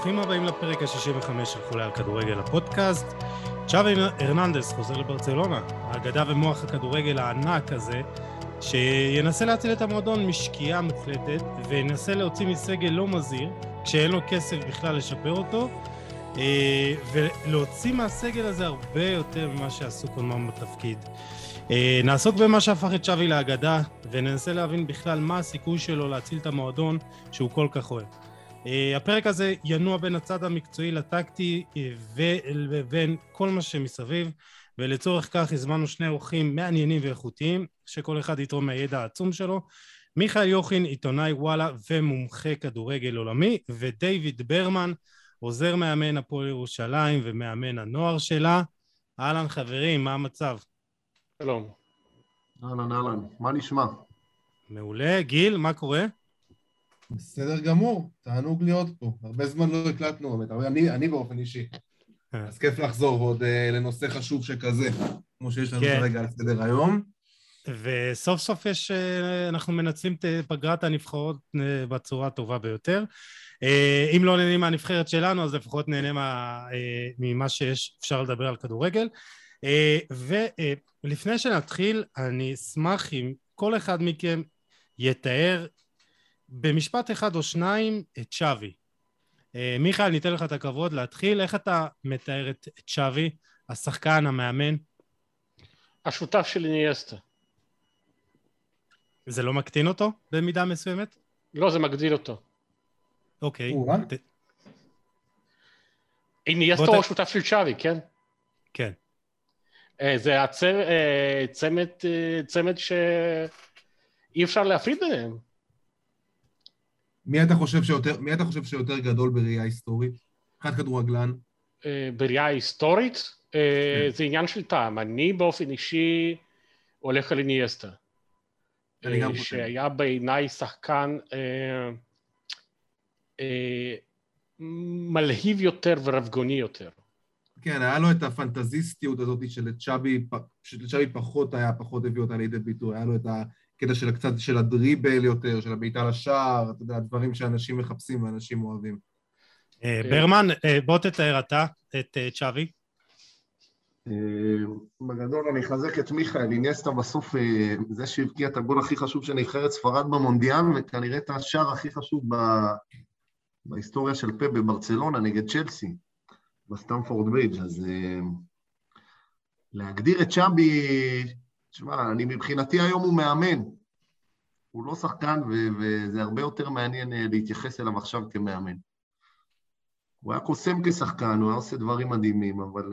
ברוכים הבאים לפרק ה-65 של חולה על כדורגל הפודקאסט. צ'אבי הרננדס חוזר לברצלונה, האגדה ומוח הכדורגל הענק הזה, שינסה להציל את המועדון משקיעה מוחלטת, וינסה להוציא מסגל לא מזהיר, כשאין לו כסף בכלל לשפר אותו, ולהוציא מהסגל הזה הרבה יותר ממה שעשו קודמם בתפקיד. נעסוק במה שהפך את צ'אבי לאגדה, וננסה להבין בכלל מה הסיכוי שלו להציל את המועדון שהוא כל כך אוהב. הפרק הזה ינוע בין הצד המקצועי לטקטי ובין כל מה שמסביב, ולצורך כך הזמנו שני אורחים מעניינים ואיכותיים, שכל אחד יתרום מהידע העצום שלו. מיכאל יוחין, עיתונאי וואלה ומומחה כדורגל עולמי, ודייוויד ברמן, עוזר מאמן הפועל ירושלים ומאמן הנוער שלה. אהלן חברים, מה המצב? שלום. אהלן, מה נשמע? מעולה. גיל, מה קורה? בסדר גמור, תענוג להיות פה. הרבה זמן לא הקלטנו, אני באופן אישי. אז כיף לחזור ועוד לנושא חשוב שכזה, כמו שיש לנו כרגע על סדר היום. וסוף סוף אנחנו מנצלים את פגרת הנבחרות בצורה הטובה ביותר. אם לא נהנים מהנבחרת שלנו, אז לפחות נהנה ממה שאפשר לדבר על כדורגל. ולפני שנתחיל, אני אשמח אם כל אחד מכם יתאר במשפט אחד או שניים את צ'אבי. מיכאל, ניתן לך את הכבוד להתחיל. איך אתה מתאר את צ'אבי, השחקן, המאמן? השותף של אינייסטה. זה לא מקטין אותו במידה מסוימת? לא, זה מגדיל אותו. אוקיי. אינייסטה הוא השותף של צ'אבי, כן? כן. זה צמד שאי אפשר להפריד ביניהם. מי אתה חושב שיותר גדול בראייה היסטורית? אחד כדורגלן. בראייה היסטורית? זה עניין של טעם. אני באופן אישי הולך על אינייסטה. שהיה בעיניי שחקן מלהיב יותר ורבגוני יותר. כן, היה לו את הפנטזיסטיות הזאת של צ'אבי פחות הביא אותה לידי ביטוי, היה לו את הקטע של קצת של הדריבל יותר, של הבעיטה לשער, אתה יודע, הדברים שאנשים מחפשים ואנשים אוהבים. ברמן, בוא תתאר אתה את צ'אבי. בגדול אני אחזק את מיכאל, אינייסטה בסוף זה שהבקיע את הגול הכי חשוב של נבחרת ספרד במונדיאל, וכנראה את השער הכי חשוב בהיסטוריה של פפ בברצלונה נגד צ'לסי, בסטמפורד ברידג'. אז להגדיר את צ'אבי, תשמע, מבחינתי היום הוא מאמן, הוא לא שחקן, וזה הרבה יותר מעניין להתייחס אליו עכשיו כמאמן. הוא היה קוסם כשחקן, הוא היה עושה דברים מדהימים, אבל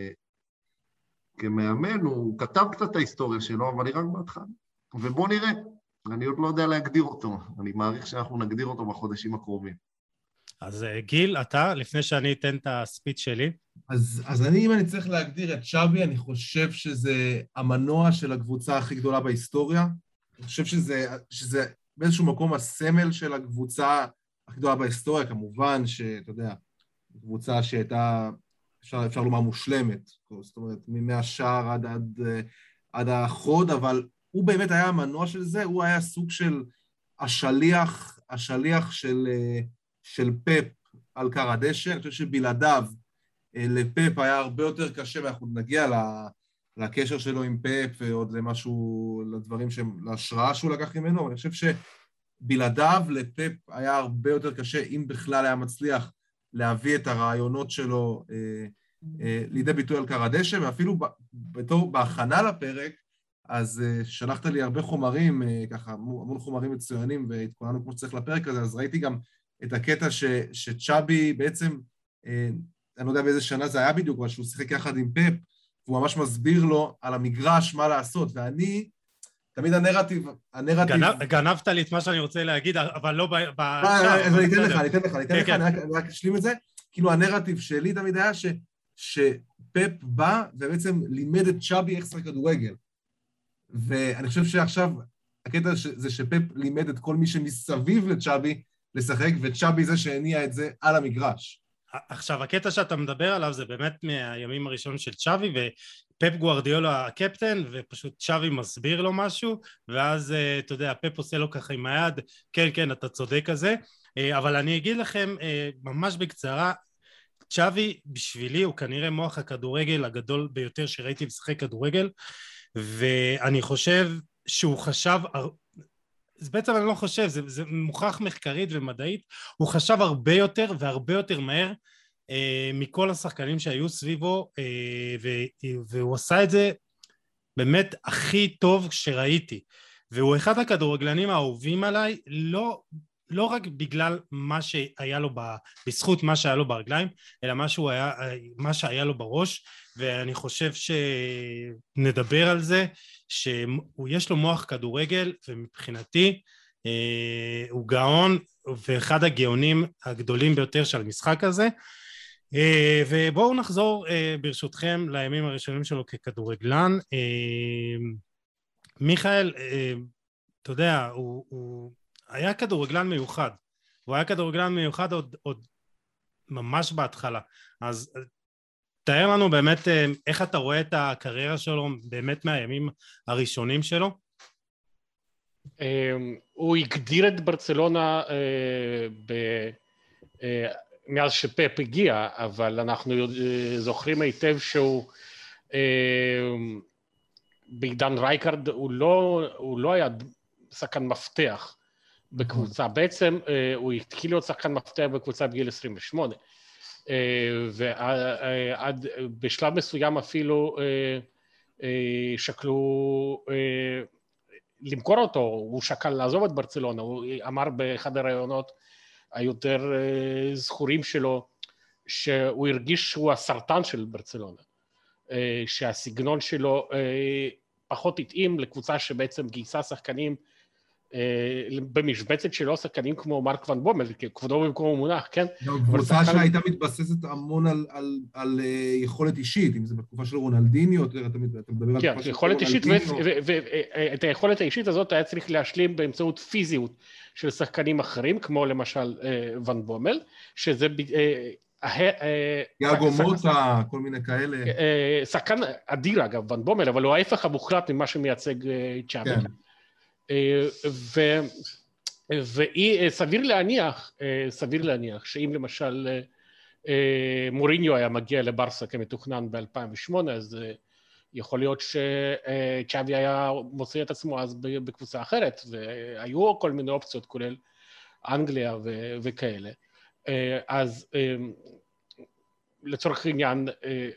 כמאמן הוא כתב קצת את ההיסטוריה שלו, אבל היא רק בהתחלה. ובוא נראה, אני עוד לא יודע להגדיר אותו, אני מעריך שאנחנו נגדיר אותו בחודשים הקרובים. אז גיל, אתה, לפני שאני אתן את הספיץ שלי. אז אם אני צריך להגדיר את צ'אבי, אני חושב שזה המנוע של הקבוצה הכי גדולה בהיסטוריה. אני חושב שזה באיזשהו מקום הסמל של הקבוצה הכי גדולה בהיסטוריה, כמובן שאתה יודע, קבוצה שהייתה, אפשר לומר מושלמת, זאת אומרת, מהשער עד החוד, אבל הוא באמת היה המנוע של זה, הוא היה סוג של השליח של פפ על קר הדשא. אני חושב שבלעדיו לפפ היה הרבה יותר קשה, ואנחנו נגיע לקשר שלו עם פפ ועוד למשהו, לדברים להשראה שהוא לקח ממנו, אבל אני חושב שבלעדיו לפפ היה הרבה יותר קשה, אם בכלל היה מצליח להביא את הרעיונות שלו לידי ביטוי על קר הדשא, ואפילו בהכנה לפרק, אז שלחת לי הרבה חומרים, ככה, המון חומרים מצוינים, והתכוננו כמו שצריך לפרק הזה, אז ראיתי גם את הקטע שצ'אבי בעצם, אני לא יודע באיזה שנה זה היה בדיוק, אבל שהוא שיחק יחד עם פפ, והוא ממש מסביר לו על המגרש מה לעשות, ואני, תמיד הנרטיב... גנבת לי את מה שאני רוצה להגיד, אבל לא אז אני אתן לך, אני רק אשלים את זה. כאילו הנרטיב שלי תמיד היה שפפ בא ובעצם לימד את צ'אבי איך לשחק כדורגל. ואני חושב שעכשיו הקטע זה שפפ לימד את כל מי שמסביב לצ'אבי לשחק, וצ'אבי זה שהניע את זה על המגרש. עכשיו, הקטע שאתה מדבר עליו זה באמת מהימים הראשונים של צ'אבי, ופפ גוארדיולה הקפטן, ופשוט צ'אבי מסביר לו משהו, ואז, אתה יודע, פפ עושה לו ככה עם היד, כן, אתה צודק הזה, אבל אני אגיד לכם ממש בקצרה, צ'אבי בשבילי הוא כנראה מוח הכדורגל הגדול ביותר שראיתי משחק כדורגל, ואני חושב שהוא חשב, בעצם אני לא חושב, זה מוכח מחקרית ומדעית, הוא חשב הרבה יותר והרבה יותר מהר מכל השחקנים שהיו סביבו, והוא עשה את זה באמת הכי טוב שראיתי, והוא אחד הכדורגלנים האהובים עליי, לא רק בגלל מה שהיה לו, בזכות מה שהיה לו ברגליים, אלא מה שהיה לו בראש, ואני חושב שנדבר על זה, שיש לו מוח כדורגל, ומבחינתי הוא גאון, ואחד הגאונים הגדולים ביותר של המשחק הזה, ובואו נחזור ברשותכם לימים הראשונים שלו ככדורגלן. מיכאל, אתה יודע, הוא היה כדורגלן מיוחד, הוא היה כדורגלן מיוחד עוד ממש בהתחלה, אז תאר לנו באמת איך אתה רואה את הקריירה שלו באמת מהימים הראשונים שלו. הוא הגדיר את ברצלונה מאז שפפ הגיע, אבל אנחנו זוכרים היטב שהוא בעידן רייקארד הוא לא היה שחקן מפתח בקבוצה, בעצם הוא התחיל להיות שחקן מפתח בקבוצה בגיל 28, ועד בשלב מסוים אפילו שקלו למכור אותו, הוא שקל לעזוב את ברצלונה, הוא אמר באחד הרעיונות היותר זכורים שלו, שהוא הרגיש שהוא הסרטן של ברצלונה, שהסגנון שלו פחות התאים לקבוצה שבעצם גייסה שחקנים, במשבצת שלו שחקנים כמו מרק ון בומל, כבודו במקום המונח, כן? קבוצה שהייתה מתבססת המון על יכולת אישית, אם זה בתקופה של רונלדיניו, אתה מדבר על תקופה של יכולת אישית, ואת היכולת האישית הזאת היה צריך להשלים באמצעות פיזיות של שחקנים אחרים, כמו למשל ון בומל, שזה יאגו מוטה, כל מיני כאלה. שחקן אדיר אגב, ון בומל, אבל הוא ההפך המוחלט ממה שמייצג צ'אבי. וסביר להניח שאם למשל מוריניו היה מגיע לברסה כמתוכנן ב-2008, אז יכול להיות שצ'אבי היה מוצא את עצמו אז בקבוצה אחרת, והיו כל מיני אופציות כולל אנגליה וכאלה. אז לצורך עניין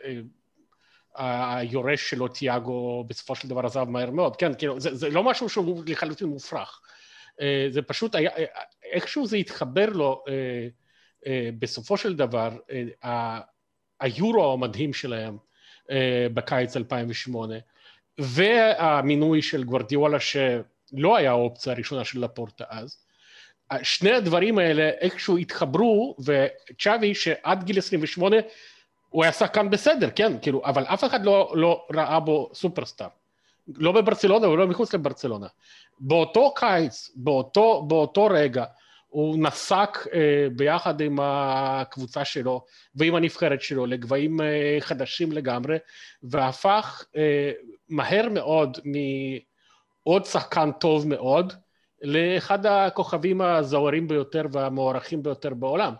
היורש שלו תיאגו בסופו של דבר עזב מהר מאוד, כן, כאילו, זה לא משהו שהוא לחלוטין מופרך, זה פשוט, איכשהו זה התחבר לו בסופו של דבר, היורו המדהים שלהם בקיץ 2008, והמינוי של גוארדיולה שלא היה האופציה הראשונה של לפורטה אז, שני הדברים האלה איכשהו התחברו, וצ'אבי שעד גיל 28, הוא היה שחקן בסדר, כן, כאילו, אבל אף אחד לא ראה בו סופרסטאר. לא בברצלונה ולא מחוץ לברצלונה. באותו קיץ, באותו רגע, הוא נסק ביחד עם הקבוצה שלו ועם הנבחרת שלו לגבהים חדשים לגמרי, והפך מהר מאוד מעוד שחקן טוב מאוד, לאחד הכוכבים הזוהרים ביותר והמוערכים ביותר בעולם.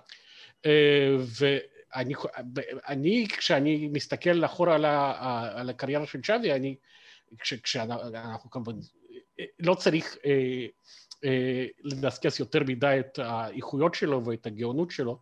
אני, כשאני מסתכל אחורה על הקריירה של צ'אבי, כשאנחנו כמובן לא צריך לדסקס יותר מדי את האיכויות שלו ואת הגאונות שלו,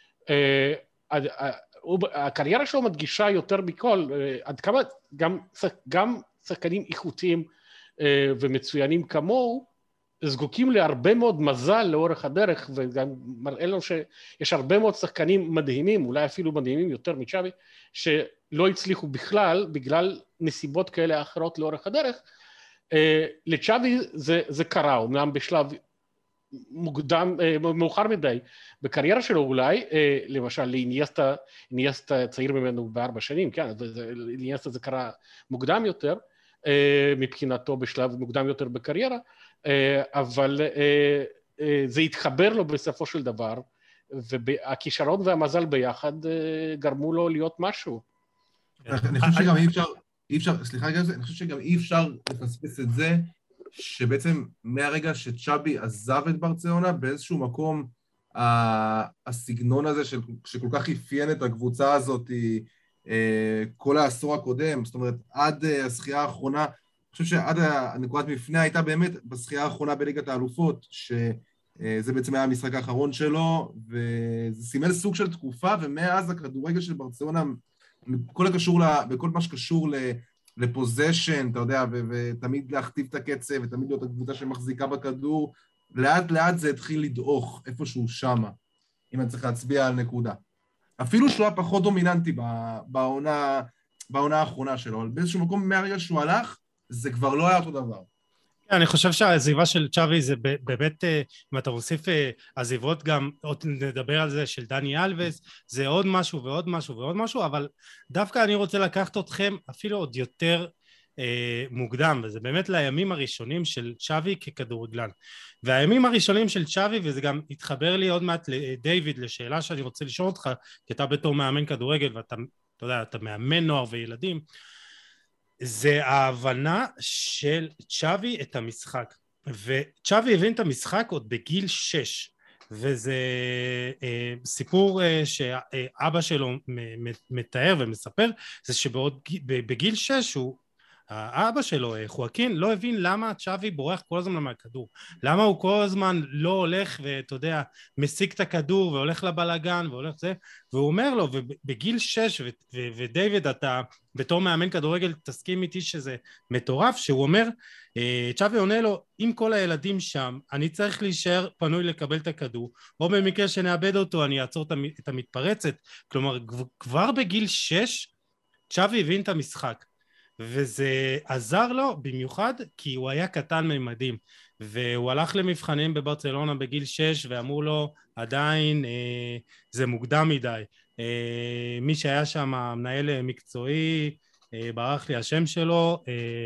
הקריירה שלו מדגישה יותר מכל, עד כמה גם שחקנים איכותיים ומצוינים כמוהו, זקוקים להרבה מאוד מזל לאורך הדרך, וגם מראה לנו שיש הרבה מאוד שחקנים מדהימים, אולי אפילו מדהימים יותר מצ'אבי, שלא הצליחו בכלל, בגלל נסיבות כאלה אחרות לאורך הדרך. לצ'אבי זה קרה, אומנם בשלב מוקדם, מאוחר מדי, בקריירה שלו אולי, למשל לאיניאסטה צעיר ממנו ב4 שנים, כן, לאיניאסטה זה קרה מוקדם יותר, מבחינתו בשלב מוקדם יותר בקריירה, אבל זה התחבר לו בסופו של דבר, והכישרון והמזל ביחד גרמו לו להיות משהו. אני חושב שגם אי אפשר, סליחה רגע, אני חושב שגם אי אפשר לפספס את זה, שבעצם מהרגע שצ'אבי עזב את ברצלונה, באיזשהו מקום הסגנון הזה שכל כך אפיין את הקבוצה הזאת, כל העשור הקודם, זאת אומרת, עד הזכייה האחרונה, אני חושב שעד הנקודת מפנה הייתה באמת בזכייה האחרונה בליגת האלופות, שזה בעצם היה המשחק האחרון שלו, וזה סימל סוג של תקופה, ומאז הכדורגל של ברצלונה, בכל מה שקשור לפוזיישן, אתה יודע, ותמיד להכתיב את הקצב, ותמיד להיות הקבוצה שמחזיקה בכדור, לאט לאט זה התחיל לדעוך איפשהו שמה, אם אני צריך להצביע על נקודה. אפילו שהוא היה פחות דומיננטי בעונה האחרונה שלו, אבל באיזשהו מקום מהרגע שהוא הלך, זה כבר לא היה אותו דבר. אני חושב שהעזיבה של צ'אבי זה באמת, אם אתה מוסיף עזיבות גם, עוד נדבר על זה של דני אלווס, זה עוד משהו ועוד משהו ועוד משהו, אבל דווקא אני רוצה לקחת אתכם אפילו עוד יותר מוקדם, וזה באמת לימים הראשונים של צ'אבי ככדורגלן. והימים הראשונים של צ'אבי, וזה גם התחבר לי עוד מעט לדיוויד, לשאלה שאני רוצה לשאול אותך, כי אתה בתור מאמן כדורגל, ואתה יודע, אתה מאמן נוער וילדים, זה ההבנה של צ'אבי את המשחק. וצ'אבי הבין את המשחק עוד בגיל 6, וזה סיפור שאבא שלו מתאר ומספר, זה שבגיל 6 האבא שלו, חואקין, לא הבין למה צ'אבי בורח כל הזמן מהכדור, למה הוא כל הזמן לא הולך ואתה יודע, מסיק את הכדור והולך לבלגן והולך זה, והוא אומר לו, ובגיל 6, ודייוויד אתה בתור מאמן כדורגל תסכים איתי שזה מטורף, שהוא אומר, צ'אבי עונה לו, אם כל הילדים שם, אני צריך להישאר פנוי לקבל את הכדור, או במקרה שנאבד אותו אני אעצור את המתפרצת, כלומר כבר בגיל 6 צ'אבי הבין את המשחק, וזה עזר לו במיוחד כי הוא היה קטן ממדים, והוא הלך למבחנים בברצלונה בגיל 6 ואמרו לו עדיין זה מוקדם מדי. מי שהיה שם מנהל מקצועי, ברח לי השם שלו,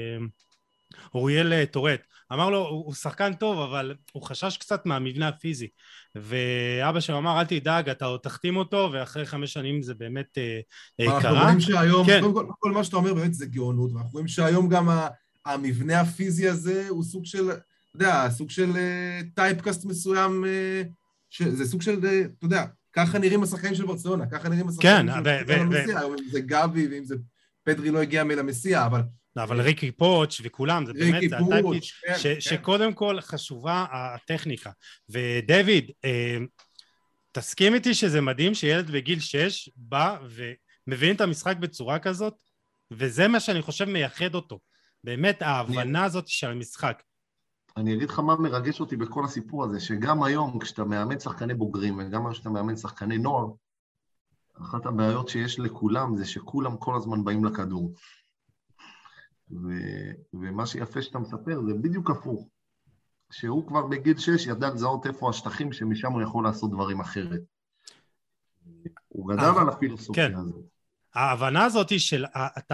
אוריאל טורט, אמר לו הוא שחקן טוב אבל הוא חשש קצת מהמבנה הפיזי, ואבא שלו אמר אל תדאג אתה עוד תחתים אותו, ואחרי 5 שנים זה באמת קרה. אנחנו רואים שהיום, כל מה שאתה אומר באמת זה גאונות, ואנחנו רואים שהיום גם המבנה הפיזי הזה הוא סוג של, אתה יודע, סוג של טייפקאסט מסוים, זה סוג של, אתה יודע, ככה נראים השחקנים של ברצלונה, ככה נראים השחקנים של המסיע, היום אם זה גבי ואם זה פדרי לא הגיע מלמסיע, אבל ריקי פוץ' וכולם, זה באמת, זה הטייפית שקודם כל חשובה הטכניקה. ודויד, תסכים איתי שזה מדהים שילד בגיל 6 בא ומבין את המשחק בצורה כזאת, וזה מה שאני חושב מייחד אותו, באמת ההבנה הזאת של המשחק. אני אגיד לך מה מרגש אותי בכל הסיפור הזה, שגם היום כשאתה מאמן שחקני בוגרים, וגם כשאתה מאמן שחקני נוער, אחת הבעיות שיש לכולם זה שכולם כל הזמן באים לכדור. ומה שיפה שאתה מספר זה בדיוק הפוך, שהוא כבר בגיל 6 ידע לזהות איפה השטחים שמשם הוא יכול לעשות דברים אחרת. הוא גדל על הפילוסופיה הזאת. ההבנה הזאת היא של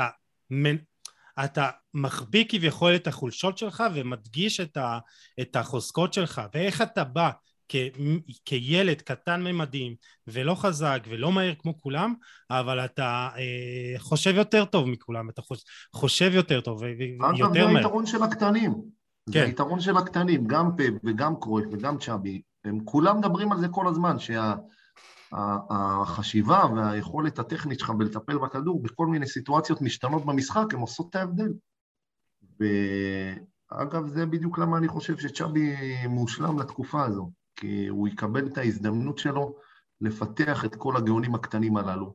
אתה מחביא כביכול את החולשות שלך ומדגיש את החוזקות שלך, ואיך אתה בא כילד קטן ממדים ולא חזק ולא מהיר כמו כולם, אבל אתה חושב יותר טוב מכולם, אתה חושב יותר טוב ויותר מהר. זה היתרון של הקטנים, זה היתרון של הקטנים, גם פפ וגם קרויף וגם צ'אבי, הם כולם מדברים על זה כל הזמן, שהחשיבה והיכולת הטכנית שלך בלטפל בכדור בכל מיני סיטואציות משתנות במשחק, הם עושות את ההבדל. ואגב זה בדיוק למה אני חושב שצ'אבי מושלם לתקופה הזו, כי הוא יקבל את ההזדמנות שלו לפתח את כל הגאונים הקטנים הללו.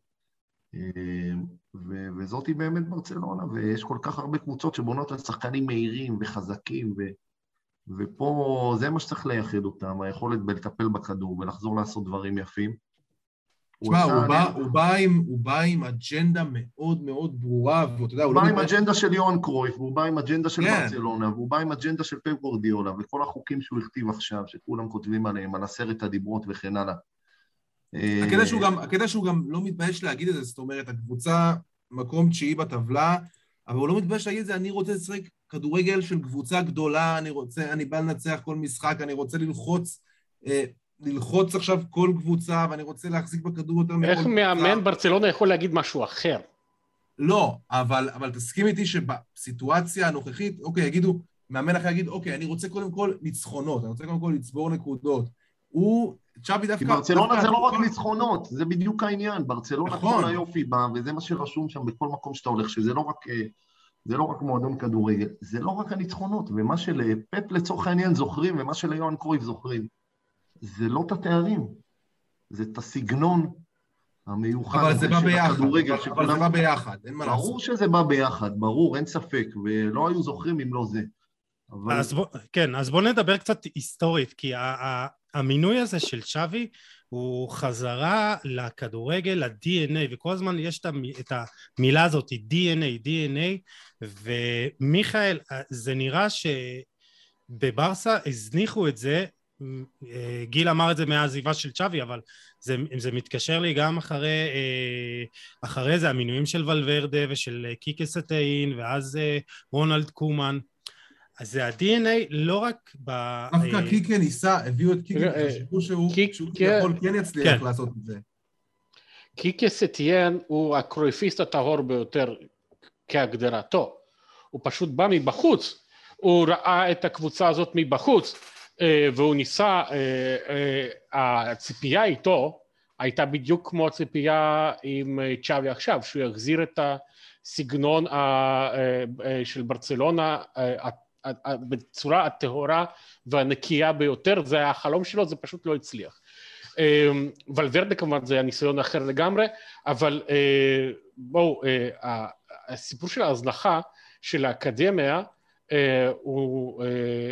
וזאת היא באמת ברצלונה, ויש כל כך הרבה קבוצות שבונות על שחקנים מהירים וחזקים, ופה זה מה שצריך לייחד אותם, היכולת בלטפל בכדור ולחזור לעשות דברים יפים. תשמע, הוא בא עם אג'נדה מאוד מאוד ברורה, ואתה יודע, הוא בא עם אג'נדה של יוהאן קרויף, והוא בא עם אג'נדה של ברצלונה, והוא בא עם אג'נדה של פפ גוארדיולה, וכל החוקים שהוא הכתיב עכשיו, שכולם כותבים עליהם, על 10 הדיברות וכן הלאה. הקטע שהוא גם לא מתבייש להגיד את זה, זאת אומרת, הקבוצה מקום 9 בטבלה, אבל הוא לא מתבייש להגיד את זה, אני רוצה לשחק כדורגל של קבוצה גדולה, אני בא לנצח כל משחק, אני רוצה ללחוץ עכשיו כל קבוצה, ואני רוצה להחזיק בכדור יותר מאוד. איך מאמן ברצלונה יכול להגיד משהו אחר? לא, אבל תסכים איתי שבסיטואציה הנוכחית, אוקיי, מאמן אחר יגיד, אוקיי, אני רוצה קודם כל ניצחונות, אני רוצה קודם כל לצבור נקודות. הוא צ'אבי דווקא... כי ברצלונה זה לא רק ניצחונות, זה בדיוק העניין, ברצלונה כל היופי בה, וזה מה שרשום שם בכל מקום שאתה הולך, שזה לא רק מועדון כדורגל, זה לא רק הניצחונות, ומה שלפפ לצורך העניין זוכרים, ומה שליוהאן קרויף זוכרים, זה לא את התארים, זה את הסגנון המיוחד. אבל זה בא ביחד, אין מה לעשות. ברור שזה בא ביחד, ברור, אין ספק, ולא היו זוכרים אם לא זה. אז בוא נדבר קצת היסטורית, כי המינוי הזה של צ'אבי הוא חזרה לכדורגל, ל-DNA, וכל הזמן יש את המילה הזאת, DNA, ומיכאל, זה נראה שבברסה הזניחו את גיל אמר את זה מהעזיבה של צ'אבי, אבל זה מתקשר לי גם אחרי זה, המינויים של ולוורדה ושל קיקה סטאין, ואז רונלד קומן, אז זה ה-DNA לא רק דווקא קיקה ניסה, הביאו את קיקה, חשבו שהוא יכול כן יצליח לעשות את זה. קיקה סטיין הוא הקרויפיסט הטהור ביותר כהגדרתו, הוא פשוט בא מבחוץ, הוא ראה את הקבוצה הזאת מבחוץ, והוא ניסה, הציפייה איתו הייתה בדיוק כמו הציפייה עם צ'אבי עכשיו, שהוא יחזיר את הסגנון של ברצלונה בצורה הטהורה והנקייה ביותר, זה היה החלום שלו, זה פשוט לא הצליח. ולוורדה כמובן זה הניסיון אחר לגמרי, אבל בואו, הסיפור של ההזנחה של האקדמיה הוא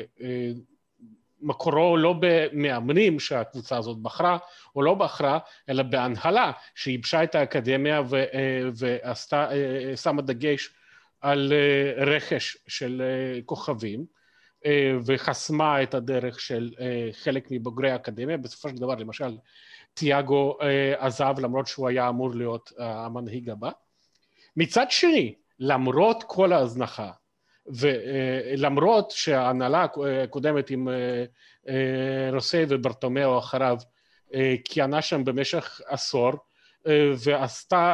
מקורו לא במאמנים שהקבוצה הזאת בחרה או לא בחרה, אלא בהנהלה שייבשה את האקדמיה ועשתה, שמה דגש על רכש של כוכבים, וחסמה את הדרך של חלק מבוגרי האקדמיה. בסופו של דבר, למשל, תיאגו עזב למרות שהוא היה אמור להיות המנהיג הבא. מצד שני, למרות כל ההזנחה, ולמרות שההנהלה הקודמת עם רוסי וברטומיאו אחריו, כיהנה שם במשך עשור, ועשתה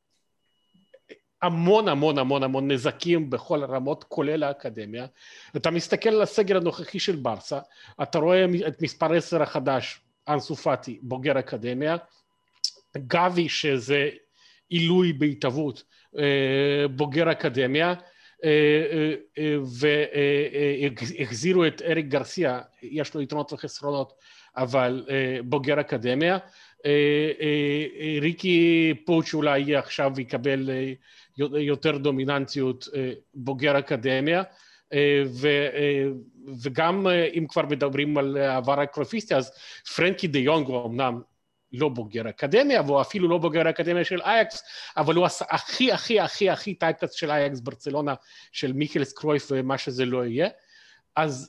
המון נזקים בכל הרמות, כולל האקדמיה. אתה מסתכל על הסגל הנוכחי של ברסה, אתה רואה את מספר 10 החדש, אנסו פאטי, בוגר אקדמיה, גבי שזה עילוי בהתהוות, בוגר אקדמיה, והחזירו את אריק גרסיה, יש לו יתרונות וחסרונות, אבל בוגר אקדמיה, ריקי פוץ' אולי עכשיו יקבל יותר דומיננטיות, בוגר אקדמיה, וגם אם כבר מדברים על העבר הקרויפיסטי, אז פרנקי דה יונג הוא אמנם לא בוגר אקדמיה, והוא אפילו לא בוגר אקדמיה של אייקס, אבל הוא הכי טייפקאסט של אייקס ברצלונה, של מיכלס קרויף ומה שזה לא יהיה. אז,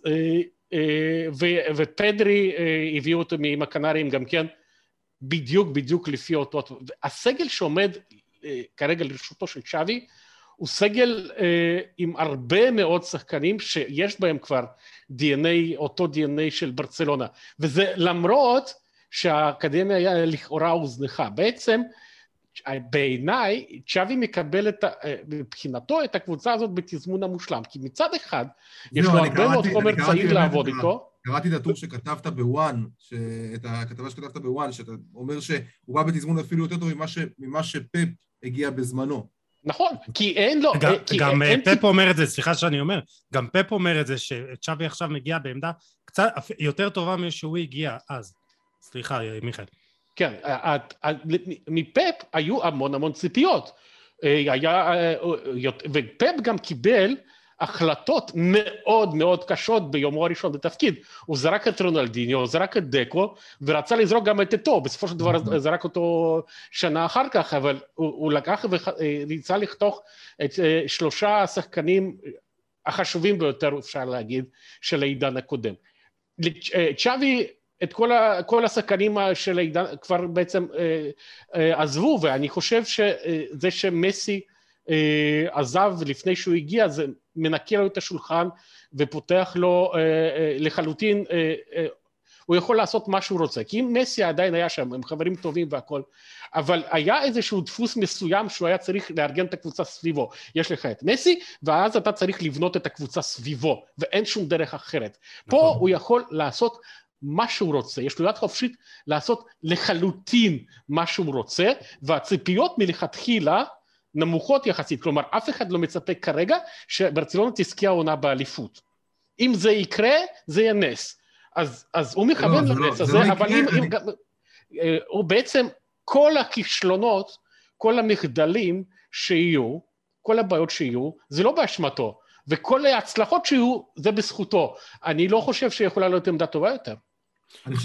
ופדרי הביאו אותו עם הקנרים גם כן, בדיוק לפי אותו. הסגל שעומד כרגע לרשותו של צ'אבי, הוא סגל עם הרבה מאוד שחקנים שיש בהם כבר DNA, אותו DNA של ברצלונה, וזה למרות שהאקדמיה היה לכאורה הוזנחה. בעצם, בעיניי, צ'אבי מקבל מבחינתו את הקבוצה הזאת בתזמון המושלם, כי מצד אחד, יש לו הרבה מאוד חומר צעיר לעבוד איתו. קראתי את הטור שכתבת בוואן, את הכתבה שכתבת בוואן, שאתה אומר שהוא בא בתזמון אפילו יותר טוב ממה שפפ הגיע בזמנו. נכון, כי אין לו... גם פפ אומר את זה, סליחה שאני אומר, גם פפ אומר את זה שצ'אבי עכשיו מגיע בעמדה קצת יותר טובה משהוא הגיע אז. סליחה, מיכאל. כן, מפפ היו המון ציפיות, ופפ גם קיבל החלטות מאוד קשות ביומו הראשון בתפקיד. הוא זרק את רונלדיניו, הוא זרק את דקו, ורצה לזרוק גם את אתו, בסופו של דבר זרק אותו שנה אחר כך, אבל הוא לקח וניסה לחתוך את 3 השחקנים החשובים ביותר, אפשר להגיד, של העידן הקודם. צ'אבי את כל השחקנים של העידן כבר בעצם עזבו, ואני חושב שזה שמסי עזב לפני שהוא הגיע, זה מנקה לו את השולחן ופותח לו לחלוטין, הוא יכול לעשות מה שהוא רוצה, כי אם מסי עדיין היה שם, הם חברים טובים והכל, אבל היה איזשהו דפוס מסוים שהוא היה צריך לארגן את הקבוצה סביבו. יש לך את מסי, ואז אתה צריך לבנות את הקבוצה סביבו, ואין שום דרך אחרת. פה הוא יכול לעשות מה שהוא רוצה, יש לו יד חופשית לעשות לחלוטין מה שהוא רוצה, והציפיות מלכתחילה נמוכות יחסית, כלומר אף אחד לא מצפה כרגע שברצלונה תזכה העונה באליפות. אם זה יקרה, זה יהיה נס. אז הוא מכוון לנס הזה, אבל הוא בעצם כל הכישלונות, כל המחדלים שיהיו, כל הבעיות שיהיו, זה לא באשמתו, וכל ההצלחות שיהיו, זה בזכותו. אני לא חושב שיכולה להיות עמדה טובה יותר. אני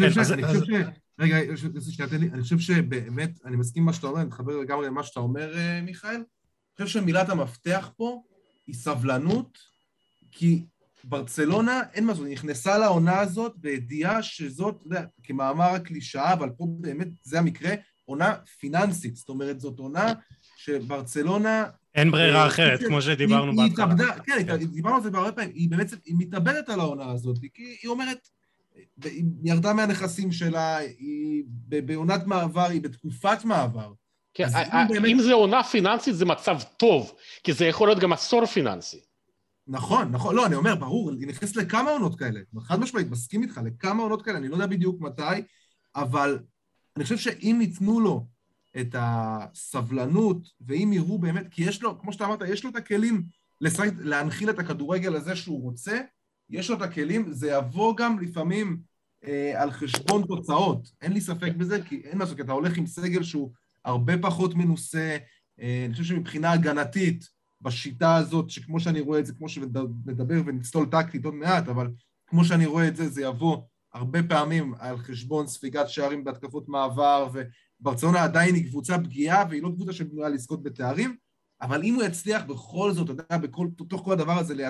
חושב שבאמת, אני מסכים מה שאתה אומר, אני מתחבר לגמרי למה שאתה אומר, מיכאל. אני חושב שמילת המפתח פה היא סבלנות, כי ברצלונה, אין מה זאת, היא נכנסה לעונה הזאת בידיעה שזאת, אתה יודע, כמאמר הקלישאה, אבל פה באמת זה המקרה, עונה פיננסית, זאת אומרת, זאת עונה שברצלונה... אין ברירה אחרת, כמו שדיברנו בהתחלה. כן, דיברנו על זה בהרבה פעמים, היא בעצם, היא מתאבדת על העונה הזאת, כי היא אומרת, היא ירדה מהנכסים שלה, היא בעונת מעבר, היא בתקופת מעבר. כן, אם זה עונה פיננסית זה מצב טוב, כי זה יכול להיות גם עשור פיננסי. נכון, לא, אני אומר, ברור, היא נכנסת לכמה עונות כאלה, חד משמעית, מסכים איתך, לכמה עונות כאלה, אני לא יודע בדיוק מתי, אבל אני חושב שאם ייתנו לו את הסבלנות, ואם יראו באמת, כי יש לו, כמו שאתה אמרת, יש לו את הכלים להנחיל את הכדורגל הזה שהוא רוצה, יש לו את הכלים, זה יבוא גם לפעמים על חשבון תוצאות, אין לי ספק בזה, כי אין משהו, כי אתה הולך עם סגל שהוא הרבה פחות מנוסה, אני חושב שמבחינה הגנתית, בשיטה הזאת, שכמו שאני רואה את זה, כמו שנדבר ונצלול טקטית עוד מעט, אבל כמו שאני רואה את זה, זה יבוא הרבה פעמים על חשבון ספיגת שערים בהתקפות מעבר, וברצלונה עדיין היא קבוצה פגיעה, והיא לא קבוצה שבנויה לזכות בתארים, אבל אם הוא יצליח בכל זאת, אתה יודע, בתוך כל הדבר הזה,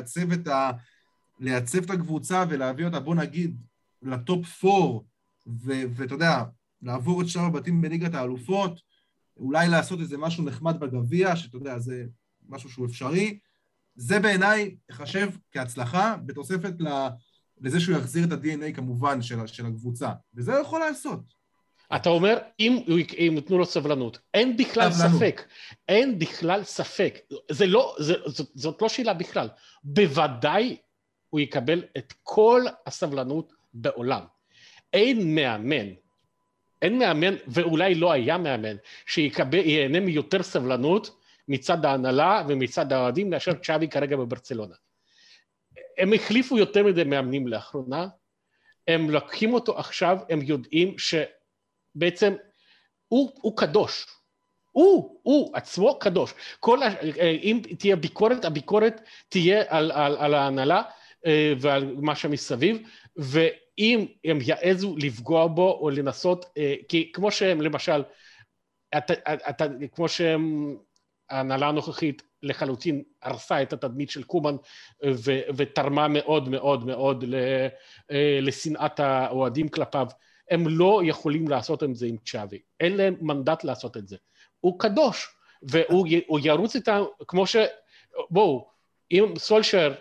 לייצב את הקבוצה ולהביא אותה, בוא נגיד, לטופ 4, ואתה יודע, לעבור את שאר הבתים בליגת האלופות, אולי לעשות איזה משהו נחמד בגביע, שאתה יודע, זה משהו שהוא אפשרי, זה בעיניי יחשב כהצלחה, בתוספת לזה שהוא יחזיר את ה-DNA כמובן של הקבוצה, וזה הוא יכול לעשות. אתה אומר, אם יתנו לו סבלנות, אין בכלל ספק, אין בכלל ספק, זאת לא שאלה בכלל, בוודאי הוא יקבל את כל הסבלנות בעולם. אין מאמן, ואולי לא היה מאמן, שיהנה מיותר סבלנות, מצד ההנהלה ומצד האוהדים, מאשר צ'אבי כרגע בברצלונה. הם החליפו יותר מדי מאמנים לאחרונה, הם לוקחים אותו עכשיו, הם יודעים שבעצם הוא קדוש, הוא עצמו קדוש. אם תהיה ביקורת, הביקורת תהיה על ההנהלה ועל מה שמסביב, ואם הם יעזו לפגוע בו או לנסות, כי כמו שהם למשל, כמו שהם, ההנהלה הנוכחית לחלוטין הרסה את התדמית של קומן ותרמה מאוד מאוד מאוד לשנאת האוהדים כלפיו. הם לא יכולים לעשות את זה עם צ'אבי, אין להם מנדט לעשות את זה. הוא קדוש, והוא ירוץ איתם כמו בואו, אם סולשר,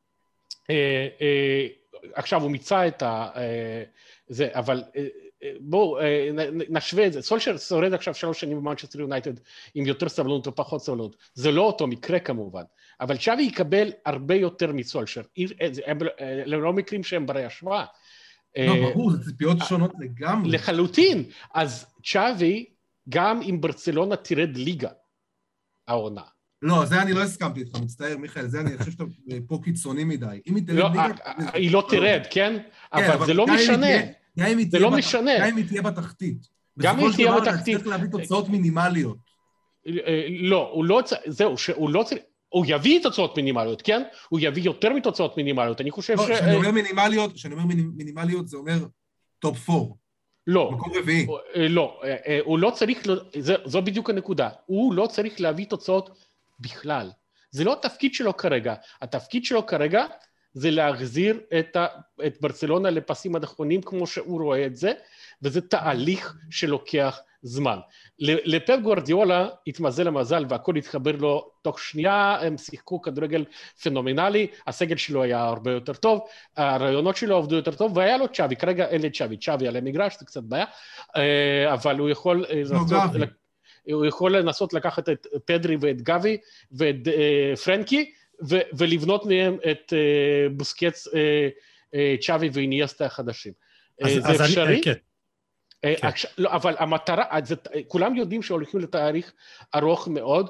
עכשיו הוא מיצה את זה, אבל בואו נשווה את זה, סולשר שורד עכשיו 3 שנים במנצ'סטר יונייטד עם יותר סבלנות או פחות סבלנות, זה לא אותו מקרה כמובן, אבל צ'אבי יקבל הרבה יותר מסולשר, הם לא מקרים שהם ברי השוואה. לא, ברור, זה ציפיות שונות לגמרי. לחלוטין, אז צ'אבי גם אם ברצלונה תרד ליגה, העונה. לא, זה אני לא הסכמתי איתך, מצטער מיכאל, זה אני חושב שאתה פה קיצוני מדי. היא לא תרד, כן? אבל זה לא משנה. זה לא משנה. גם אם היא תהיה בתחתית. גם אם היא תהיה בתחתית. צריך להביא תוצאות מינימליות. לא, הוא יביא תוצאות מינימליות, כן? הוא יביא יותר מתוצאות מינימליות. אני חושב כשאני אומר מינימליות, זה אומר טופ 4. לא. מקום רביעי. לא, הוא לא צריך, זו בדיוק הנקודה. הוא לא צריך להביא תוצאות בכלל. זה לא התפקיד שלו כרגע. התפקיד שלו כרגע זה להחזיר את ברצלונה לפסים הנכונים כמו שהוא רואה את זה, וזה תהליך שלוקח זמן. לפפ גוארדיולה התמזל המזל והכל התחבר לו תוך שנייה, הם שיחקו כדורגל פנומנלי, הסגל שלו היה הרבה יותר טוב, הרעיונות שלו עבדו יותר טוב, והיה לו צ'אבי, כרגע אין לי צ'אבי על המגרש, זה קצת בעיה, אבל הוא יכול לנסות לקחת את פדרי ואת גבי ואת פרנקי, ולבנות מהם את בוסקץ, צ'אבי ואיניאסטה החדשים. זה אפשרי? כן. לא, אבל המטרה, כולם יודעים שהולכים לתאריך ארוך מאוד,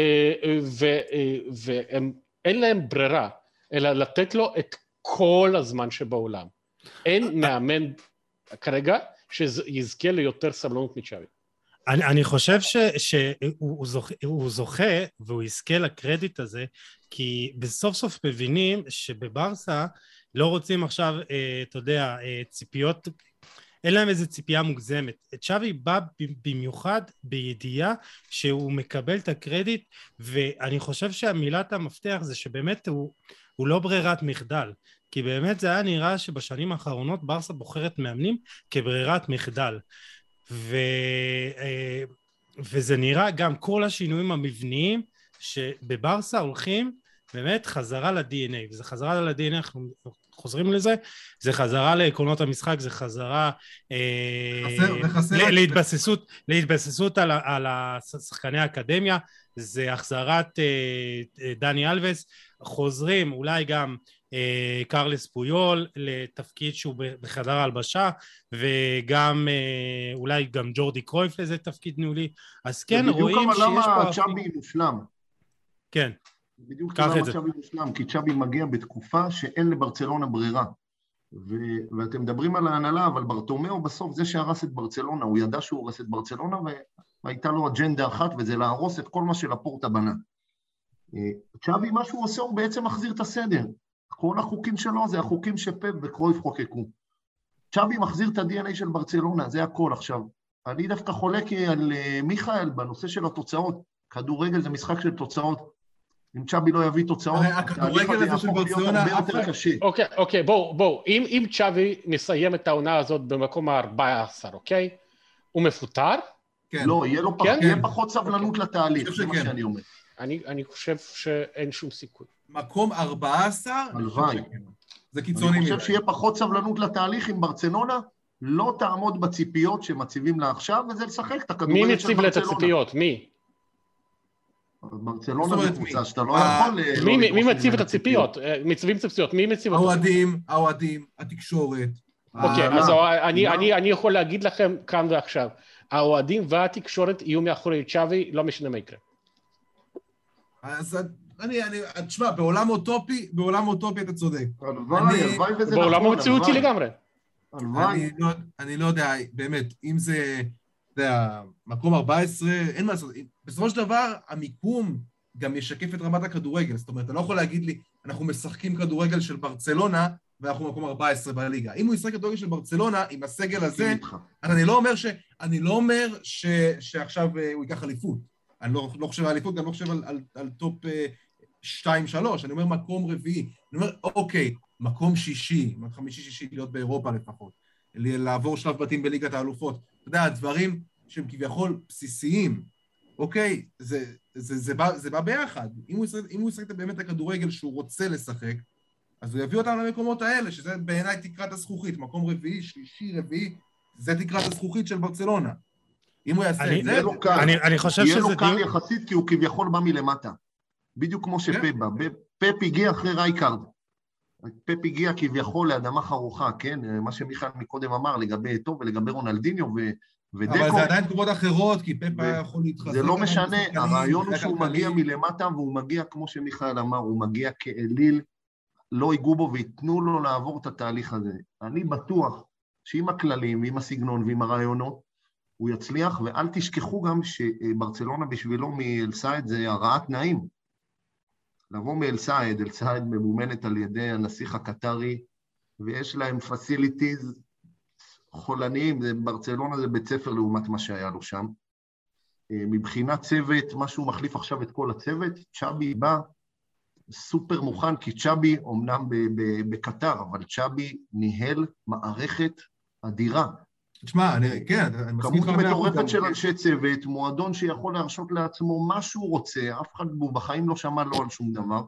ואין להם ברירה, אלא לתת לו את כל הזמן שבעולם. אין מאמן כרגע שיזכה ליותר סבלנות מצ'אבי. אני חושב שהוא זוכה והוא יזכה לקרדיט הזה, כי בסוף סוף מבינים שבברסה לא רוצים עכשיו, אתה יודע, ציפיות, אין להם איזו ציפייה מוגזמת. צ'אבי בא במיוחד בידיעה שהוא מקבל את הקרדיט, ואני חושב שהמילת המפתח זה שבאמת הוא לא ברירת מחדל, כי באמת זה היה נראה שבשנים האחרונות ברסה בוחרת מאמנים כברירת מחדל, וזה נראה גם כל השינויים המבניים שבברסה הולכים באמת חזרה ל-DNA, וזה חזרה ל-DNA, אנחנו חוזרים לזה, זה חזרה לעקרונות המשחק, זה חזרה להתבססות על השחקני האקדמיה, זה החזרת דני אלווס, חוזרים אולי גם קרלס פויול לתפקיד שהוא בחדר ההלבשה, וגם אולי גם ג'ורדי קרויף לזה תפקיד ניהולי, אז כן רואים שיש פה... בדיוק למה צ'אבי מושלם. כן. בדיוק למה צ'אבי מושלם, כי צ'אבי מגיע בתקופה שאין לברצלונה ברירה. ואתם מדברים על ההנהלה, אבל ברטומיאו בסוף זה שהרס את ברצלונה, הוא ידע שהוא הרס את ברצלונה, והייתה לו אג'נדה אחת, וזה להרוס את כל מה שלפורטה בנה. צ'אבי, מה שהוא עושה, הוא בעצם מחזיר את הסדר. כל החוקים שלו זה החוקים שפפ וקרויף חוקקו. צ'אבי מחזיר את ה-DNA של ברצלונה, זה הכל עכשיו. אני דווקא חולק על מיכאל בנושא של התוצאות. כדורגל זה משחק של תוצאות. אם צ'אבי לא יביא תוצאות, הכדורגל הזה של ברצלונה הרבה יותר קשה. אוקיי, בואו. אם צ'אבי נסיים את העונה הזאת במקום ה-14, אוקיי? הוא מפוטר? לא, יהיה פחות סבלנות לתהליך, זה מה שאני אומר. אני חושב שאין שום סיכוי. מקום 14? הלוואי. זה קיצוני. אני חושב שיהיה פחות סבלנות לתהליך עם ברצלונה, לא תעמוד בציפיות שמציבים לה עכשיו, וזה לשחק את הכדורגל של ברצלונה. מי מציב לה את הציפיות? מי? ברצלונה זה קבוצה שאתה לא יכול... מי מציב את הציפיות? מציבים את הציפיות, מי מציב את הציפיות? האוהדים, התקשורת. אוקיי, אז אני יכול להגיד לכם כאן ועכשיו, האוהדים והתקשורת יהיו מאחורי צ'אבי, לא משנה מה יקרה. אז תשמע, בעולם אוטופי אתה צודק. בעולם המציאותי לגמרי. אני לא יודע, באמת, אם זה, אתה יודע, מקום 14, אין מה לעשות. בסופו של דבר, המיקום גם ישקף את רמת הכדורגל. זאת אומרת, אתה לא יכול להגיד לי, אנחנו משחקים כדורגל של ברצלונה, ואנחנו מקום 14 בליגה. אם הוא ישחק כדורגל של ברצלונה, עם הסגל הזה, אז אני לא אומר שעכשיו הוא ייקח אליפות. אני לא חושב על אליפות, גם לא חושב על טופ 2-3, אני אומר מקום רביעי. אני אומר, אוקיי, מקום שישי, חמישי-שישי להיות באירופה לפחות, לעבור שלב בתים בליגת האלופות. אתה יודע, הדברים שהם כביכול בסיסיים, אוקיי, זה בא ביחד. אם הוא ישחק באמת הכדורגל שהוא רוצה לשחק, אז הוא יביא אותם למקומות האלה, שזה בעיניי תקרת הזכוכית, מקום רביעי, שלישי, רביעי, זה תקרת הזכוכית של ברצלונה. אם הוא יעשה את זה, אני חושב שזה דיון... יהיה לו קל יחסית, כי הוא כביכול בא מלמטה. בדיוק כמו שפפ בא. פפ הגיע אחרי רייקארד. פפ הגיע כביכול לאדמה חרוכה, כן? מה שמיכל מקודם אמר לגבי אתו ולגבי רונלדיניו ודקו. אבל זה עדיין תקופות אחרות, כי פפ היה יכול להתחזק. זה לא משנה, הרעיון הוא שהוא מגיע מלמטה, והוא מגיע, כמו שמיכל אמר, הוא מגיע כאליל, לא ייגעו בו ויתנו לו לעבור את התהליך הזה. אני בטוח שעם הכללים, ועם הסגנון ועם הרעיונות, הוא יצליח, ואל תשכחו גם שברצלונה בשבילו מאלסייד זה הרעת תנאים. לבוא מאלסייד, אלסייד ממומנת על ידי הנסיך הקטרי, ויש להם פסיליטיז חולניים, ברצלונה זה בית ספר לעומת מה שהיה לו שם. מבחינת צוות, משהו מחליף עכשיו את כל הצוות, צ'אבי בא סופר מוכן, כי צ'אבי אומנם בקטר, אבל צ'אבי ניהל מערכת אדירה. תשמע, כן, אני מסכים כמות מטורפת של אנשי צוות, מועדון שיכול להרשות לעצמו מה שהוא רוצה, אף אחד בחיים לא שמע לו על שום דבר,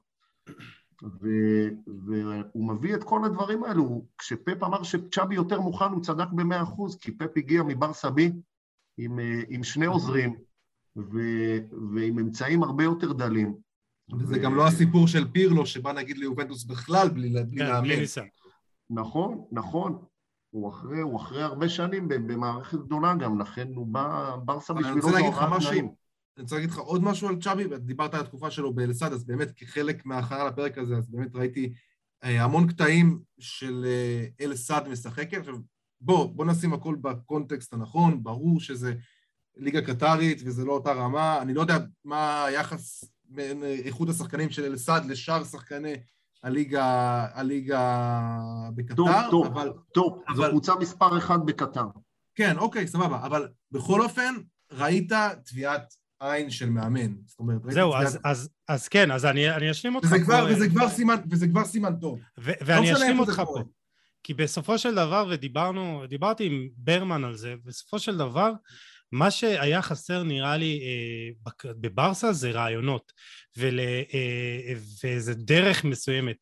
והוא מביא את כל הדברים האלו. כשפפ אמר שצ'אבי יותר מוכן, הוא צדק ב100%, כי פפ הגיע מברסה בי עם שני עוזרים, ועם אמצעים הרבה יותר דלים. וזה גם לא הסיפור של פירלו, שבא נגיד ליובנטוס בכלל בלי להאמין. נכון. הוא אחרי הרבה שנים במערכת גדולה גם, לכן הוא בא, ברסה בשבילו אני רוצה להגיד לך הוראת משהו, תנאים. אני רוצה להגיד לך עוד משהו על צ'אבי, דיברת על התקופה שלו באלסד, אז באמת כחלק מההכנה לפרק הזה, אז באמת ראיתי המון קטעים של אלסד משחקת. עכשיו, בוא נשים הכל בקונטקסט הנכון, ברור שזה ליגה קטרית וזה לא אותה רמה, אני לא יודע מה היחס בין איכות השחקנים של אלסד לשאר שחקני הליגה בקטר, טוב, זו קבוצה מספר 1 בקטר. כן, אוקיי, סבבה, אבל בכל אופן, ראית תביעת עין של מאמן. זאת אומרת, זהו, אז כן, אז אני אשלים אותך פה. וזה כבר סימן טוב. ואני אשלים אותך פה. כי בסופו של דבר, ודיברתי עם ברמן על זה, בסופו של דבר, מה שהיה חסר נראה לי בברסה זה רעיונות, וזה דרך מסוימת,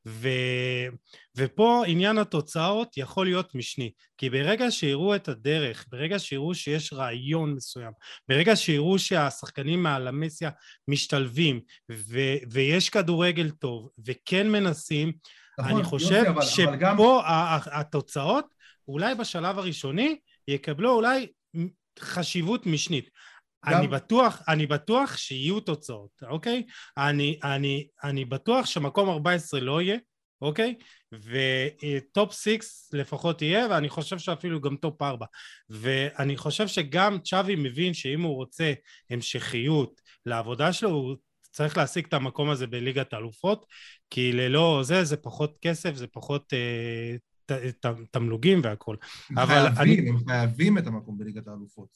ופה עניין התוצאות יכול להיות משני, כי ברגע שיראו את הדרך, ברגע שיראו שיש רעיון מסוים, ברגע שיראו שהשחקנים מהלמסיה משתלבים, ויש כדורגל טוב, וכן מנסים, אני חושב שפה התוצאות, אולי בשלב הראשוני, יקבלו אולי חשיבות משנית. אני בטוח שיהיו תוצאות, אוקיי? אני בטוח שמקום 14 לא יהיה, אוקיי? וטופ 6 לפחות יהיה, ואני חושב שאפילו גם טופ 4. ואני חושב שגם צ'אבי מבין שאם הוא רוצה המשכיות לעבודה שלו, הוא צריך להשיג את המקום הזה בליגת האלופות, כי ללא זה פחות כסף, זה פחות תמלוגים והכל. הם חייבים את המקום בליגת האלופות.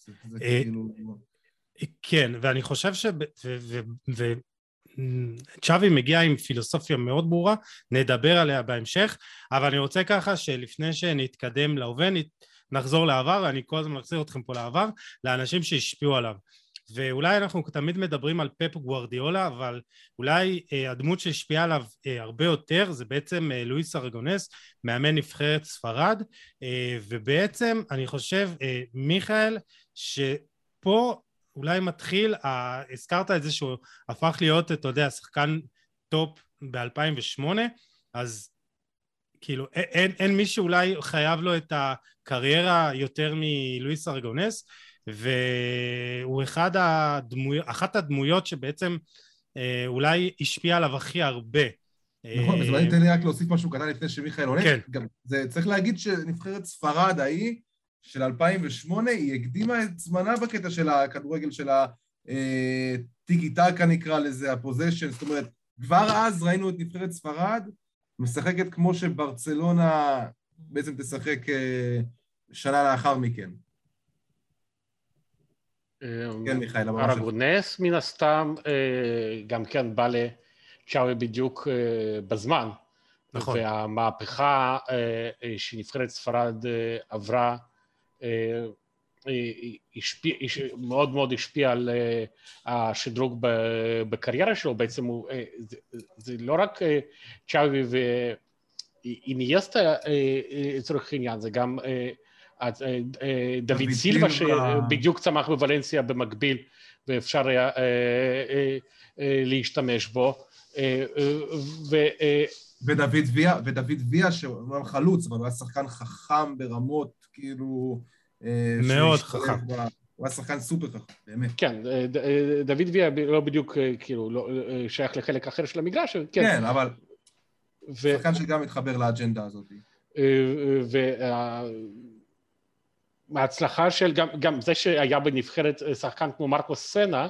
כן, ואני חושב צ'אבי מגיע עם פילוסופיה מאוד ברורה, נדבר עליה בהמשך, אבל אני רוצה ככה שלפני שנתקדם להווה, נחזור לעבר, ואני כל הזמן מחזיר אתכם פה לעבר, לאנשים שהשפיעו עליו. ואולי אנחנו תמיד מדברים על פפ גוארדיולה, אבל אולי הדמות שהשפיעה עליו הרבה יותר, זה בעצם לואיס ארגונס, מאמן נבחרת ספרד, ובעצם אני חושב, מיכאל, שפה אולי מתחיל, הזכרת את זה שהוא הפך להיות, אתה יודע, שחקן טופ ב-2008, אז כאילו אין מי שאולי חייב לו את הקריירה יותר מלואיס ארגונס, והוא אחת הדמויות שבעצם אולי השפיע עליו הכי הרבה. נכון, אז אני תן לי רק להוסיף משהו קטן לפני שמיכאל עונה. כן. גם זה צריך להגיד שנבחרת ספרד ההיא של 2008, היא הקדימה את זמנה בקטע של הכדורגל של הטיקי טקה נקרא לזה, הפוזיישן, זאת אומרת, כבר אז ראינו את נבחרת ספרד, משחקת כמו שברצלונה בעצם תשחק שנה לאחר מכן. כן, מיכאל, ארגונס מן הסתם גם כן בא לצ'אבי בדיוק בזמן. נכון. והמהפכה שנבחרת ספרד עברה מאוד מאוד השפיע על השדרוג בקריירה שלו. בעצם זה לא רק צ'אבי ואיניאסטה לצורך העניין, זה גם דוד סילבה שבדיוק צמח בוולנסיה במקביל ואפשר היה להשתמש בו, ודוד ויה שהוא חלוץ, אבל הוא היה שחקן חכם ברמות כאילו מאוד חכם, הוא היה שחקן סופר חכם, באמת. כן, דוד ויה לא בדיוק כאילו לא שייך לחלק אחר של המגרש, כן, אבל שחקן שגם מתחבר לאג'נדה הזאת. מההצלחה של גם זה שהיה בנבחרת שחקן כמו מרקוס סנה,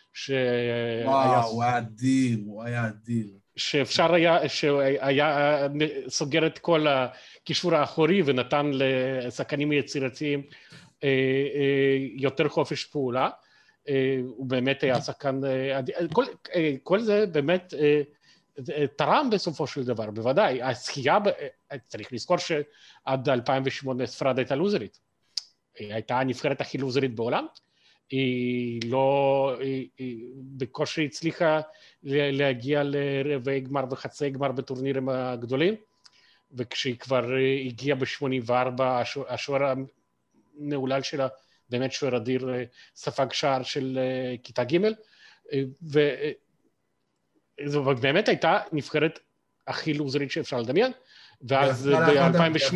הוא היה אדיר. שאפשר היה, שהיה סוגר את כל הקישור האחורי ונתן לשחקנים יצירתיים יותר חופש פעולה. הוא באמת היה שחקן, כל זה באמת תרם בסופו של דבר, בוודאי. השחייה, צריך לזכור שעד 2008 ספרד הייתה לוזרית. היא הייתה הנבחרת הכי לוזרית בעולם. היא בקושי הצליחה להגיע לרבעי גמר וחצי גמר בטורנירים הגדולים, וכשהיא כבר הגיעה ב-84, השוער הנעולל שלה, באמת שוער אדיר, ספג שער של כיתה ג', וזו באמת הייתה נבחרת הכי לוזרית שאפשר לדמיין, ואז ב-2008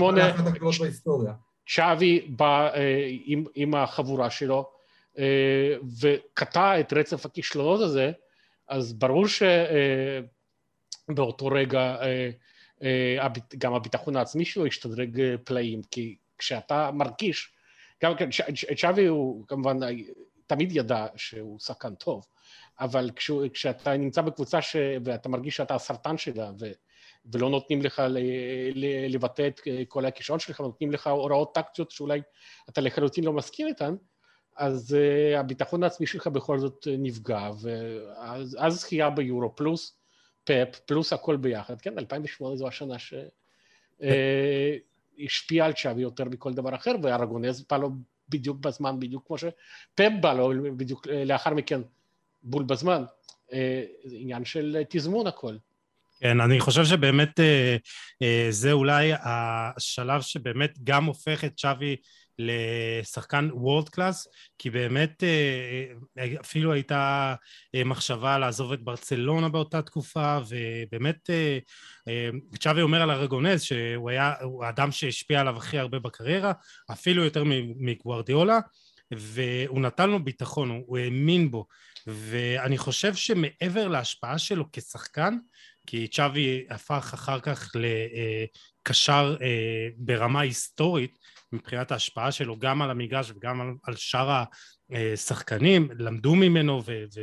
צ'אבי בא עם החבורה שלו, וקטע את רצף הכישלונות הזה, אז ברור שבאותו רגע גם הביטחון העצמי שלו השתדרג פלאים, כי כשאתה מרגיש, גם צ'אבי הוא כמובן תמיד ידע שהוא שחקן טוב, אבל כשאתה נמצא בקבוצה ואתה מרגיש שאתה הסרטן שלה, ולא נותנים לך לבטא את כל הכישרון שלך, נותנים לך הוראות טקטיות שאולי אתה לחלוטין לא מסכים איתן, אז הביטחון העצמי שלך בכל זאת נפגע, ואז זכייה ביורו פלוס פאפ, פלוס הכל ביחד, כן, 2008 זו השנה שהשפיעה על צ'אבי יותר מכל דבר אחר, וארגונז בא לו בדיוק בזמן, בדיוק כמו שפאפ בא לו, בדיוק לאחר מכן בול בזמן, זה עניין של תזמון הכל. כן, אני חושב שבאמת זה אולי השלב שבאמת גם הופך את צ'אבי לשחקן וורד קלאס, כי באמת אפילו הייתה מחשבה לעזוב את ברצלונה באותה תקופה, ובאמת צ'אבי אומר על ארגונז שהוא האדם שהשפיע עליו הכי הרבה בקריירה, אפילו יותר מגוארדיולה, והוא נתן לו ביטחון, הוא האמין בו, ואני חושב שמעבר להשפעה שלו כשחקן, כי צ'אבי הפך אחר כך לקשר ברמה היסטורית, מבחינת ההשפעה שלו גם על המגרש וגם על שאר השחקנים, למדו ממנו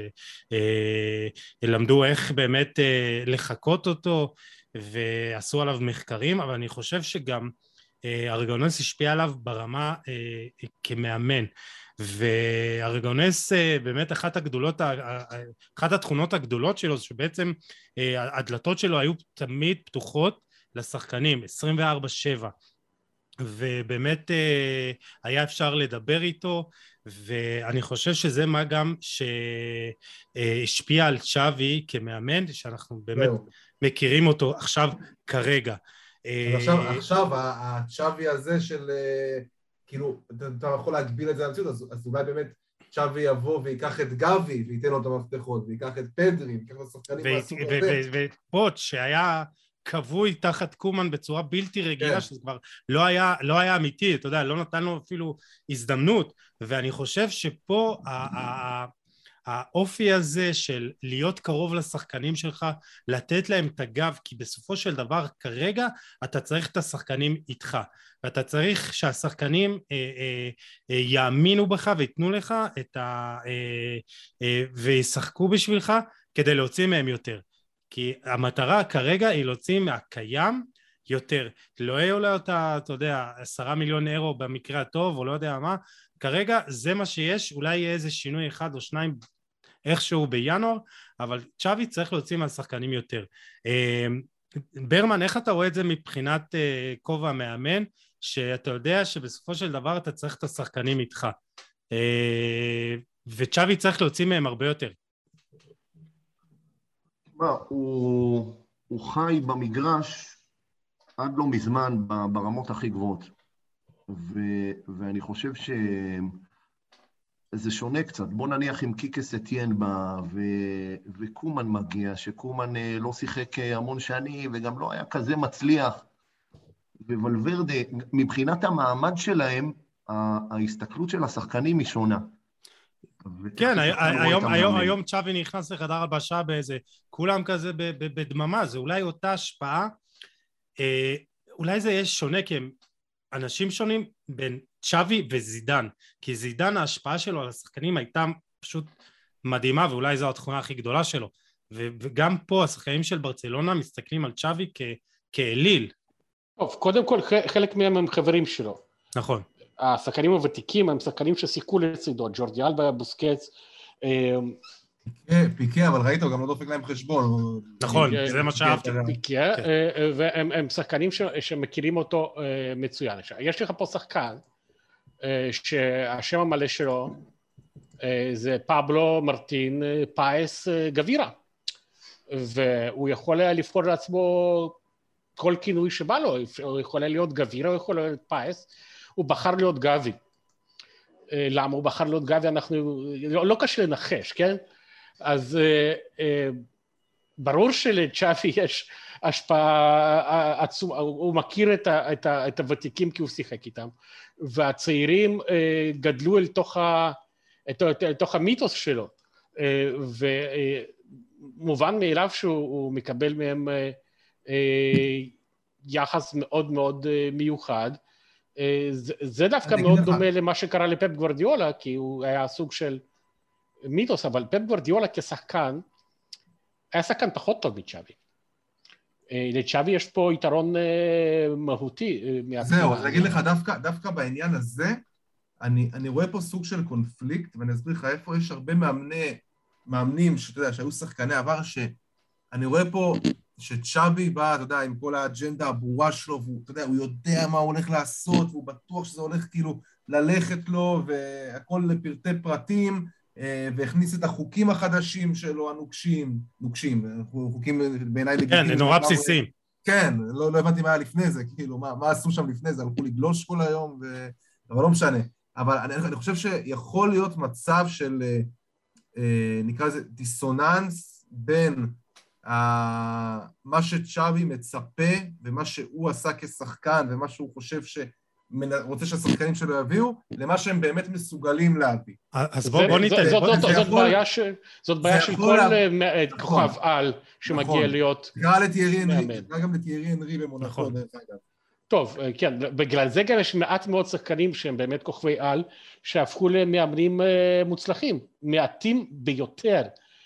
ולמדו איך באמת לחקות אותו ועשו עליו מחקרים, אבל אני חושב שגם ארגונס השפיע עליו ברמה כמאמן, וארגונס באמת אחת התכונות הגדולות שלו זה שבעצם הדלתות שלו היו תמיד פתוחות לשחקנים 24/7, ובאמת היה אפשר לדבר איתו, ואני חושב שזה מה גם שהשפיע על צ'אבי כמאמן, שאנחנו באמת מכירים אותו עכשיו כרגע. עכשיו הצ'אבי הזה של, כאילו, אתה יכול להגביל את זה למציאות, אז אולי באמת צ'אבי יבוא ויקח את גבי וייתן לו את המפתחות, ויקח את פדרי, ויקח את השחקנים מהסוג הזה. ופוט שהיה קבוי תחת קומן בצורה בלתי רגילה, שזה כבר לא היה אמיתי, אתה יודע, לא נתן לו אפילו הזדמנות, ואני חושב שפה האופי הזה של להיות קרוב לשחקנים שלך, לתת להם את הגב, כי בסופו של דבר כרגע אתה צריך את השחקנים איתך, ואתה צריך שהשחקנים יאמינו בך ויתנו לך וישחקו בשבילך כדי להוציא מהם יותר, כי המטרה כרגע היא להוציא מהקיים יותר, לא יהיה עולה אותה, אתה יודע, 10 מיליון אירו במקרה הטוב, או לא יודע מה, כרגע זה מה שיש, אולי יהיה איזה שינוי אחד או שניים איכשהו בינואר, אבל צ'אבי צריך להוציא מהשחקנים יותר. ברמן, איך אתה רואה את זה מבחינת כובע המאמן, שאתה יודע שבסופו של דבר אתה צריך את השחקנים איתך, וצ'אבי צריך להוציא מהם הרבה יותר. הוא חי במגרש עד לא מזמן ברמות הכי גבוהות, ואני חושב שזה שונה קצת. בוא נניח עם קיקס אתיין בא וקומן מגיע, שקומן לא שיחק המון שנים וגם לא היה כזה מצליח, וולברדה, מבחינת המעמד שלהם, ההסתכלות של השחקנים היא שונה. כן, היום צ'אבי נכנס לחדר הלבשה באיזה, כולם כזה בדממה, זה אולי אותה השפעה, אולי זה יש שונה, כי הם אנשים שונים בין צ'אבי וזידן, כי זידן ההשפעה שלו על השחקנים הייתה פשוט מדהימה, ואולי זו התכונה הכי גדולה שלו, וגם פה השחקנים של ברצלונה מסתכלים על צ'אבי כאליל. טוב, קודם כל חלק מהם הם חברים שלו. נכון. השחקנים הוותיקים הם שחקנים ששיחקו לצידו, ג'ורדי אלבה, בוסקץ. פיקה, אבל ראית, הוא גם לא דופק להם חשבון. נכון, זה מה שאהבתי. פיקה, והם שחקנים שמכירים אותו מצוין. יש לך פה שחקן, שהשם המלא שלו זה פבלו מרטין פאס גבירה, והוא יכול היה לבחור לעצמו כל כינוי שבא לו, הוא יכול להיות גבירה, הוא יכול להיות פאס, הוא בחר להיות גבי. למה הוא בחר להיות גבי? אנחנו, לא קשה לנחש, כן? אז ברור שלצ'אבי יש השפעה עצומה, הוא מכיר את הוותיקים כי הוא שיחק איתם, והצעירים גדלו אל תוך המיתוס שלו, ומובן מאליו שהוא מקבל מהם יחס מאוד מאוד מיוחד. זה דווקא מאוד דומה למה שקרה לפפ גוורדיולה, כי הוא היה סוג של מיתוס, אבל פפ גוורדיולה כשחקן, היה שחקן פחות טוב מצ'אבי. לצ'אבי יש פה יתרון מהותי. זהו, אז אגיד לך, דווקא בעניין הזה, אני רואה פה סוג של קונפליקט, ואני אסביר לך איפה יש הרבה מאמנים, שאתה יודע, שהיו שחקני עבר, שאני רואה פה שצ'אבי בא, אתה יודע, עם כל האג'נדה הברורה שלו, והוא, אתה יודע, הוא יודע מה הוא הולך לעשות, והוא בטוח שזה הולך כאילו ללכת לו, והכל לפרטי פרטים, והכניס את החוקים החדשים שלו, הנוקשים, חוקים בעיניי לגיטימיים. כן, נורא בסיסיים. כן, לא הבנתי מה היה לפני זה, כאילו, מה עשו שם לפני זה, הלכו לגלוש כל היום, אבל לא משנה. אבל אני חושב שיכול להיות מצב של, נקרא לזה, דיסוננס בין מה שצ'אבי מצפה, ומה שהוא עשה כשחקן, ומה שהוא חושב רוצה שהשחקנים שלו יביאו, למה שהם באמת מסוגלים להביא. אז בוא ניתן. זאת בעיה של כל כוכב על שמגיע להיות מאמן. גם לתיירי אנרי במונקו. טוב, כן, בגלל זה גם יש מעט מאוד שחקנים שהם באמת כוכבי על, שהפכו למאמנים מוצלחים, מעטים ביותר.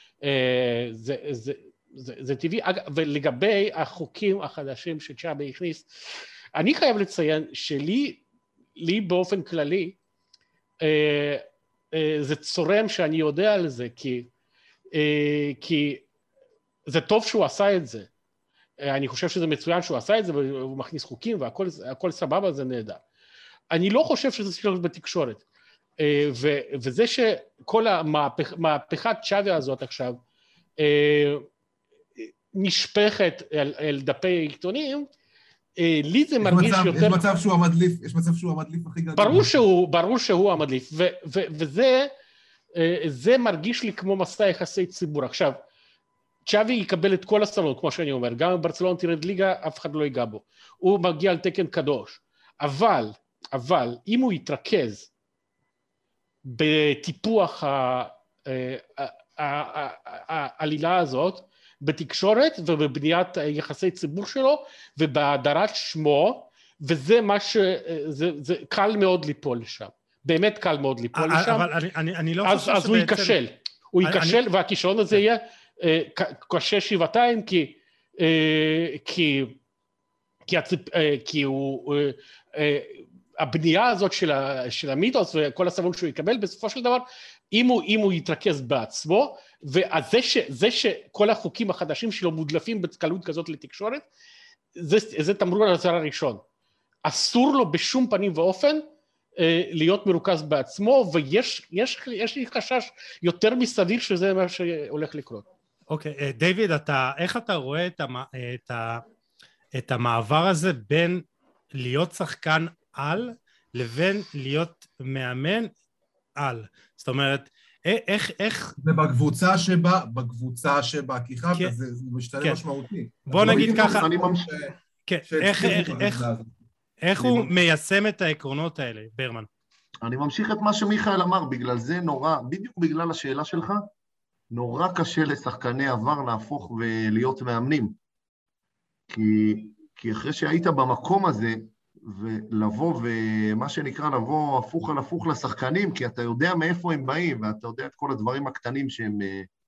זה טבעי, ולגבי החוקים החדשים שצ'אבי הכניס, אני חייב לציין שלי באופן כללי, זה צורם שאני יודע על זה, כי זה טוב שהוא עשה את זה. אני חושב שזה מצוין שהוא עשה את זה, והוא מכניס חוקים, והכל סבבה, זה נהדר. אני לא חושב שזה שלוש בתקשורת. וזה שכל המהפכת צ'אבי הזאת עכשיו, נשפכת אל דפי העיתונים, לי זה מרגיש יותר... יש מצב שהוא המדליף הכי גדול. ברור שהוא המדליף, וזה מרגיש לי כמו מסע יחסי ציבור. עכשיו, צ'אבי יקבל את כל הסלון, כמו שאני אומר, גם ברצלונה תרד ליגה, אף אחד לא ייגע בו. הוא מגיע על תקן קדוש. אבל, אם הוא יתרכז בטיפוח העלילה הזאת, בתקשורת ובבניית יחסי ציבור שלו, ובהדרת שמו, וזה מה זה קל מאוד ליפול לשם. באמת קל מאוד ליפול לשם. אבל אני לא חושב שבעצם... אז הוא ייכשל. הוא ייכשל, והכישלון הזה יהיה קשה שבעתיים, כי הבנייה הזאת של המיתוס וכל הסבון שהוא יקבל בסופו של דבר, אם הוא יתרכז בעצמו, וזה שכל החוקים החדשים שלו מודלפים בקלות כזאת לתקשורת, זה תמרור האזהרה הראשון. אסור לו בשום פנים ואופן להיות מרוכז בעצמו, ויש לי חשש יותר מסביר שזה מה שהולך לקרות. אוקיי, דיוויד, איך אתה רואה את המעבר הזה בין להיות שחקן על לבין להיות מאמן על? זאת אומרת, איך... זה בקבוצה שבה, כי חייב, זה משתנה משמעותי. בוא נגיד ככה, איך הוא מיישם את העקרונות האלה, ברמן? אני ממשיך את מה שמיכאל אמר, בגלל זה נורא, בדיוק בגלל השאלה שלך, נורא קשה לשחקני עבר להפוך ולהיות מאמנים. כי אחרי שהיית במקום הזה, ולבוא, ומה שנקרא לבוא הפוך על הפוך לשחקנים, כי אתה יודע מאיפה הם באים, ואתה יודע את כל הדברים הקטנים שהם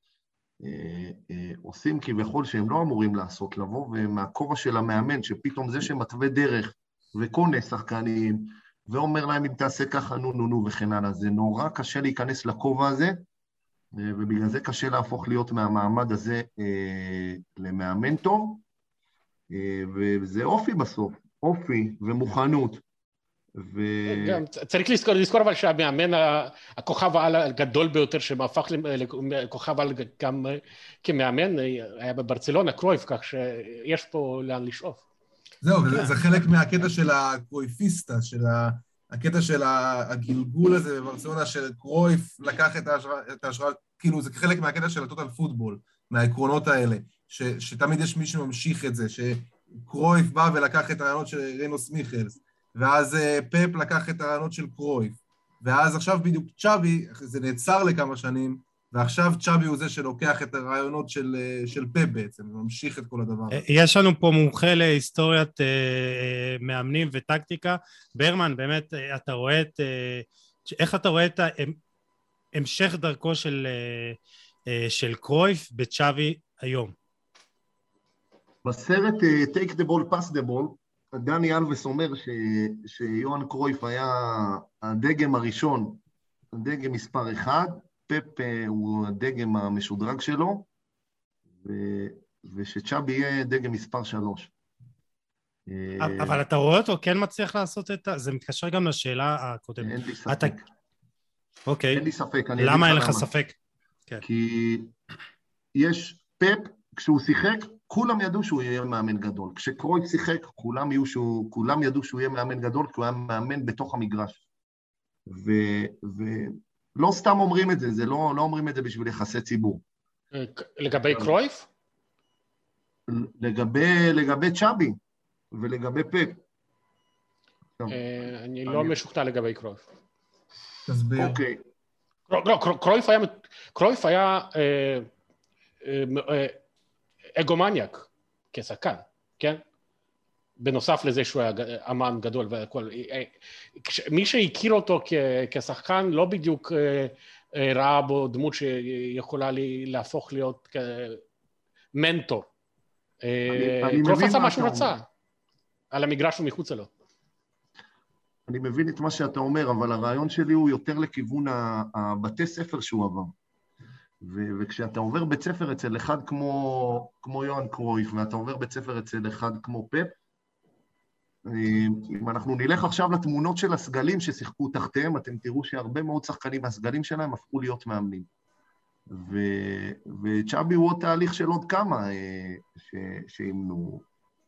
עושים כביכול שהם לא אמורים לעשות, לבוא, ומהכובע של המאמן, שפתאום זה שמתווה דרך, וקונה שחקנים, ואומר להם אם תעשה ככה, נו, וכן הלאה. זה נורא קשה להיכנס לכובע הזה, ובגלל זה קשה להפוך להיות מהמעמד הזה למאמן טוב, וזה אופי בסוף. אופי ומוכנות. גם צריך לזכור אבל שהמאמן הכוכב העל הגדול ביותר שמהפך לכוכב העל גם כמאמן היה בברצלונה, קרויף, כך שיש פה לאן לשאוף. זהו, זה חלק מהקטע של הקרויפיסטה, הקטע של הגלגול הזה בברצלונה של קרויף לקח את ההשראה, כאילו זה חלק מהקטע של הטוטל פוטבול, מהעקרונות האלה. שתמיד יש מי שממשיך את זה, שקרויף בא ולקח את הרעיונות של ריינוס מיכלס, ואז פפ לקח את הרעיונות של קרויף, ואז עכשיו בדיוק צ'אבי, זה נעצר לכמה שנים, ועכשיו צ'אבי הוא זה שלוקח את הרעיונות של פפ בעצם, וממשיך את כל הדבר. יש לנו פה מומחה להיסטוריית מאמנים וטקטיקה. ברמן, באמת, אתה רואה איך אתה רואה את המשך דרכו של קרויף בצ'אבי היום? בסרט Take the ball, pass the ball, דני אלבס אומר שיוהאן קרויף היה הדגם הראשון, הדגם מספר 1, פפ הוא הדגם המשודרג שלו, ושצ'אבי יהיה דגם מספר 3. אבל אתה רואה אותו, כן מצליח לעשות זה מתקשר גם לשאלה הקודמת. אין לי ספק. אוקיי. אין לי ספק. למה אין לך ספק? כי יש פפ, כשהוא שיחק, כולם ידעו שהוא יהיה מאמן גדול. כשקרויף שיחק, כולם ידעו שהוא יהיה מאמן גדול, כי הוא היה מאמן בתוך המגרש. ולא סתם אומרים את זה, לא אומרים את זה בשביל יחסי ציבור. לגבי קרויף? לגבי צ'אבי ולגבי פפ. אני לא משוכנע לגבי קרויף. תסביר. אוקיי. קרויף היה אגומניאק כשחקן, כן? בנוסף לזה שהוא היה אמן גדול והכל. מי שהכיר אותו כשחקן לא בדיוק ראה בו דמות שיכולה להפוך להיות מנטור. קרויף עשה מה שהוא רצה, על המגרש ומחוץ לו. אני מבין את מה שאתה אומר, אבל הרעיון שלי הוא יותר לכיוון הבתי ספר שהוא עבר. וכשאתה עובר בית ספר אצל אחד כמו יוהאן קרויף, ואתה עובר בית ספר אצל אחד כמו פפ, אם אנחנו נלך עכשיו לתמונות של הסגלים ששיחקו תחתיהם, אתם תראו שהרבה מאוד שחקנים מהסגלים שלהם הפכו להיות מאמנים. וצ'אבי הוא עוד תהליך של עוד כמה שאימנו.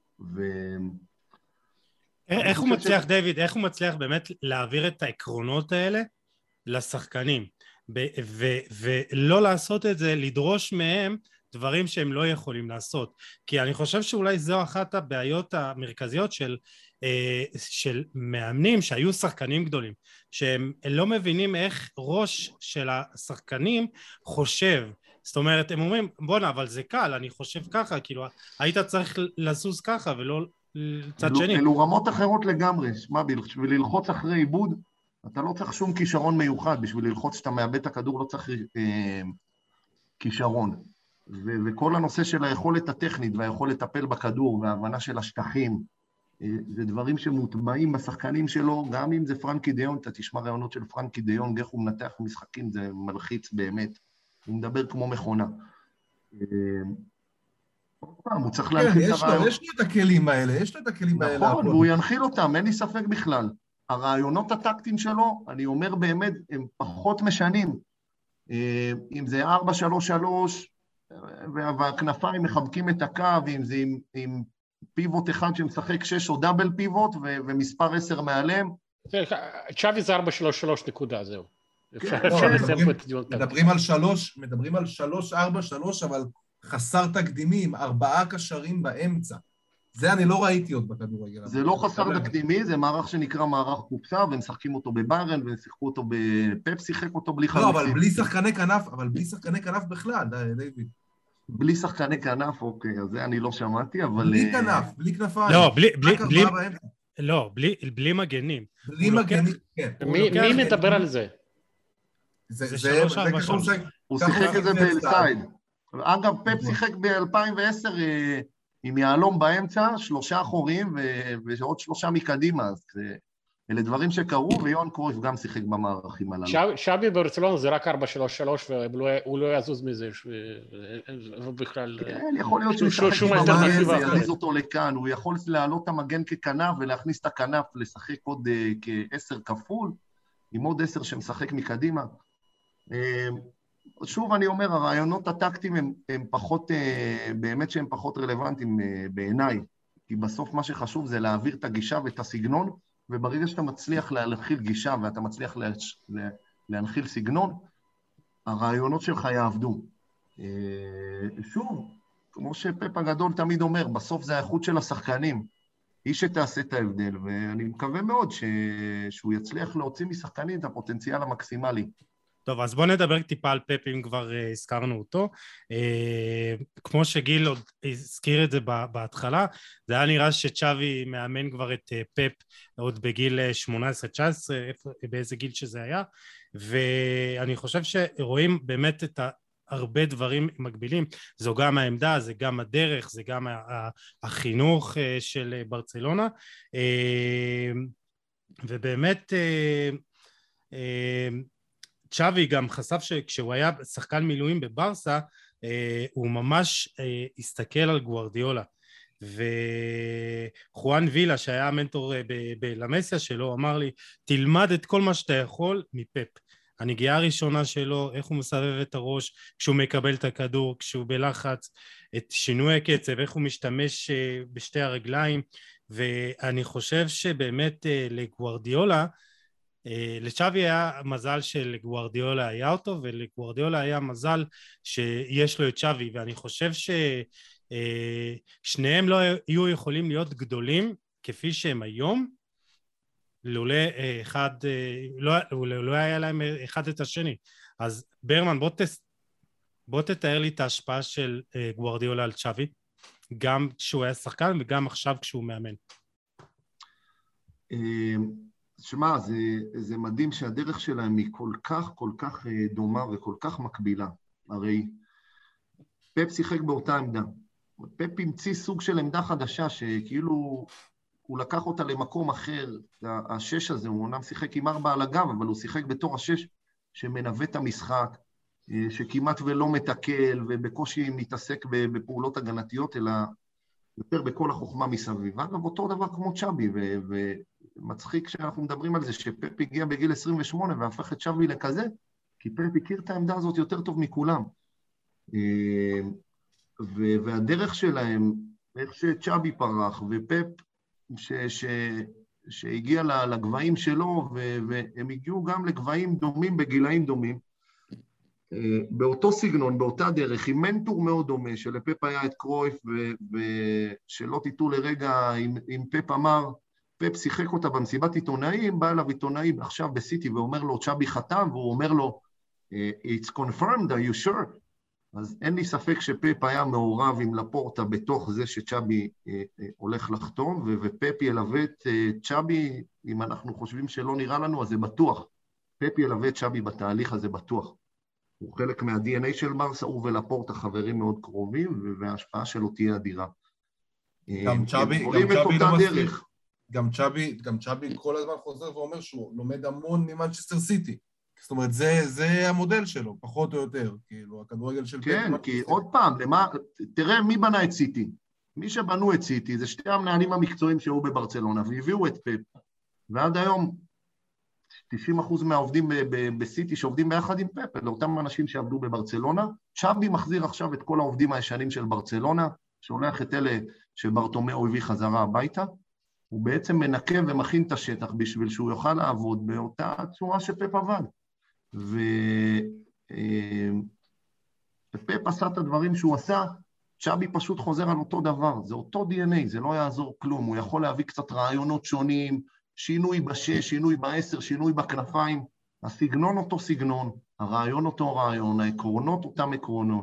איך הוא מצליח, דיוויד, איך הוא מצליח באמת להעביר את העקרונות האלה לשחקנים, ולא לעשות את זה, לדרוש מהם דברים שהם לא יכולים לעשות? כי אני חושב שאולי זו אחת הבעיות המרכזיות של מאמנים שהיו שחקנים גדולים, שהם לא מבינים איך ראש של השחקנים חושב. זאת אומרת, הם אומרים, בונה, אבל זה קל, אני חושב ככה, כאילו, היית צריך לזוז ככה ולא צד שני. אלו רמות אחרות לגמרי. מה, בשביל ללחוץ אחרי עיבוד, אתה לא צריך שום כישרון מיוחד. בשביל ללחוץ שאתה מאבד את הכדור לא צריך כישרון. וכל הנושא של היכולת הטכנית והיכולת לטפל בכדור וההבנה של השטחים, זה דברים שמוטמעים בשחקנים שלו, גם אם זה פרנקי דיון, אתה תשמע רעיונות של פרנקי דיון, איך הוא מנתח משחקים, זה מלחיץ באמת. הוא מדבר כמו מכונה. הוא צריך להנחיל את הרעיון. יש לו את הכלים האלה, נכון, והוא ינחיל אותם, אין לי ספק בכלל. הרעיונות הטקטיים שלו, אני אומר באמת, הם פחות משנים. אם זה 4-3-3, והכנפיים מחבקים את הקו, אם זה עם פיבוט אחד שמשחק 6 או דאבל פיבוט, ומספר 10 מעליהם. צ'אבי זה 4-3-3 נקודה, זהו. מדברים על 3-4-3, אבל חסר תקדימים, 4 קשרים באמצע. זה אני לא ראיתי עוד בכדורגל. זה לא חסר תקדימי, זה מערך שנקרא מערך קופסה, והם משחקים אותו בביירן, והם שיחקו אותו בפפ, שיחק אותו בלי חלוצים. לא, אבל בלי שחקני כנף בכלל, דיוויד. בלי שחקני כנף, אוקיי, אז זה אני לא שמעתי, אבל... בלי כנף, בלי כנפיים. לא, בלי מגנים. בלי מגנים, כן. מי מדבר על זה? זה 3-4-3. הוא שיחק את זה באלסייד. אגב, פפ שיחק ב-2010 עם יעלום באמצע, 3 אחורים ועוד 3 מקדימה, אז אלה דברים שקרו, ויוהאן קרויף גם שיחק במערכים הללו. צ'אבי ברצלונה זה רק 4-3-3, והוא לא יזוז מזה, בכלל... כן, יכול להיות שהוא ישחק במערכים ויזיז אותו לכאן, הוא יכול להעלות את המגן ככנף ולהכניס את הכנף, לשחק עוד כ10 כפול, עם עוד 10 שמשחק מקדימה. שוב אני אומר, הרעיונות הטקטיים הם פחות, באמת שהם פחות רלוונטיים בעיניי, כי בסוף מה שחשוב זה להעביר את הגישה ואת הסגנון, וברגע שאתה מצליח להנחיל גישה ואתה מצליח להנחיל סגנון, הרעיונות שלך יעבדו. שוב, כמו שפפ הגדול תמיד אומר, בסוף זה האיכות של השחקנים. היא שתעשה את ההבדל, ואני מקווה מאוד שהוא יצליח להוציא משחקנים את הפוטנציאל המקסימלי. טוב, אז בואו נדבר טיפה על פפ, אם כבר הזכרנו אותו. כמו שגיל עוד הזכיר את זה בהתחלה, זה היה נראה שצ'אבי מאמן כבר את פפ עוד בגיל 18-19, באיזה גיל שזה היה, ואני חושב שרואים באמת את הרבה דברים מקבילים, זו גם העמדה, זה גם הדרך, זה גם החינוך של ברצלונה, ובאמת צ'אבי גם חשף שכשהוא היה שחקן מילואים בברסה, הוא ממש הסתכל על גוארדיולה, וחואן וילה שהיה המנטור בלמסיה שלו אמר לי, תלמד את כל מה שאתה יכול מפפ. הנגיעה הראשונה שלו, איך הוא מסבב את הראש כשהוא מקבל את הכדור, כשהוא בלחץ, את שינוי הקצב, איך הוא משתמש בשתי הרגליים, ואני חושב שבאמת לגוארדיולה, לצ'אבי היה מזל שלגוארדיולה היה אותו, ולגוארדיולה היה מזל שיש לו את צ'אבי, ואני חושב ששניהם לא היו יכולים להיות גדולים כפי שהם היום, לולא אחד, לא היה להם אחד את השני. אז ברמן, בוא תתאר לי את ההשפעה של גוארדיולה על צ'אבי, גם כשהוא היה שחקן וגם עכשיו כשהוא מאמן. שמע, זה מדהים שהדרך שלהם היא כל כך דומה וכל כך מקבילה. הרי פפ שיחק באותה עמדה. פפ המציא סוג של עמדה חדשה שכאילו הוא לקח אותה למקום אחר. השש הזה, הוא אומנם שיחק עם 4 על הגב, אבל הוא שיחק בתור השש שמנווה את המשחק, שכמעט ולא מתקל ובקושי מתעסק בפעולות הגנתיות, אלא יותר בכל החוכמה מסביב. אגב, אותו דבר כמו צ'אבי, ומצחיק שאנחנו מדברים על זה שפפ הגיע בגיל 28 והפך את צ'אבי לכזה, כי פפ הכיר את העמדה הזאת יותר טוב מכולם. והדרך שלהם, איך שצ'אבי פרח, ופפ שהגיע לגבהים שלו, והם הגיעו גם לגבהים דומים בגילאים דומים, באותו סגנון, באותה דרך, עם מנטור מאוד דומה, שלפפ היה את קרויף, ושלא תיתו לרגע, אם פפ אמר, פפ שיחק אותה במסיבת עיתונאים, בא אליו עיתונאי עכשיו בסיטי, ואומר לו, צ'אבי חתם, והוא אומר לו, it's confirmed, are you sure? אז אין לי ספק שפפ היה מעורב עם לפורטה בתוך זה שצ'אבי הולך לחתום, ופפ ילווה את צ'אבי, אם אנחנו חושבים שלא נראה לנו, אז זה בטוח. פפ ילווה את צ'אבי בתהליך הזה בטוח. הוא חלק מה-DNA של ברסה, הוא ולפורטה חברים מאוד קרובים, וההשפעה שלו תהיה אדירה. גם צ'אבי כל הזמן חוזר ואומר שהוא לומד המון ממנצ'סטר סיטי. זאת אומרת, זה המודל שלו, פחות או יותר, כאילו, הכדורגל של... כן, כי עוד פעם, תראה מי בנה את סיטי. מי שבנו את סיטי זה שתי המנהלים המקצועיים שהיו בברצלונה, והביאו את פפ, ועד היום 90% מהעובדים בסיטי שעובדים ביחד עם פפ, לאותם אנשים שעבדו בברצלונה. צ'אבי מחזיר עכשיו את כל העובדים הישנים של ברצלונה, שולח את אלה שברטומאו הביא חזרה הביתה, הוא בעצם מנקה ומכין את השטח בשביל שהוא יוכל לעבוד באותה צורה שפפ עבד. ופפ עשה את הדברים שהוא עשה, צ'אבי פשוט חוזר על אותו דבר, זה אותו DNA, זה לא יעזור כלום, הוא יכול להביא קצת רעיונות שונים, שינוי בשש, שינוי בעשר, שינוי בכנפיים, הסגנון אותו סגנון, הרעיון אותו רעיון, העקרונות אותם עקרונות.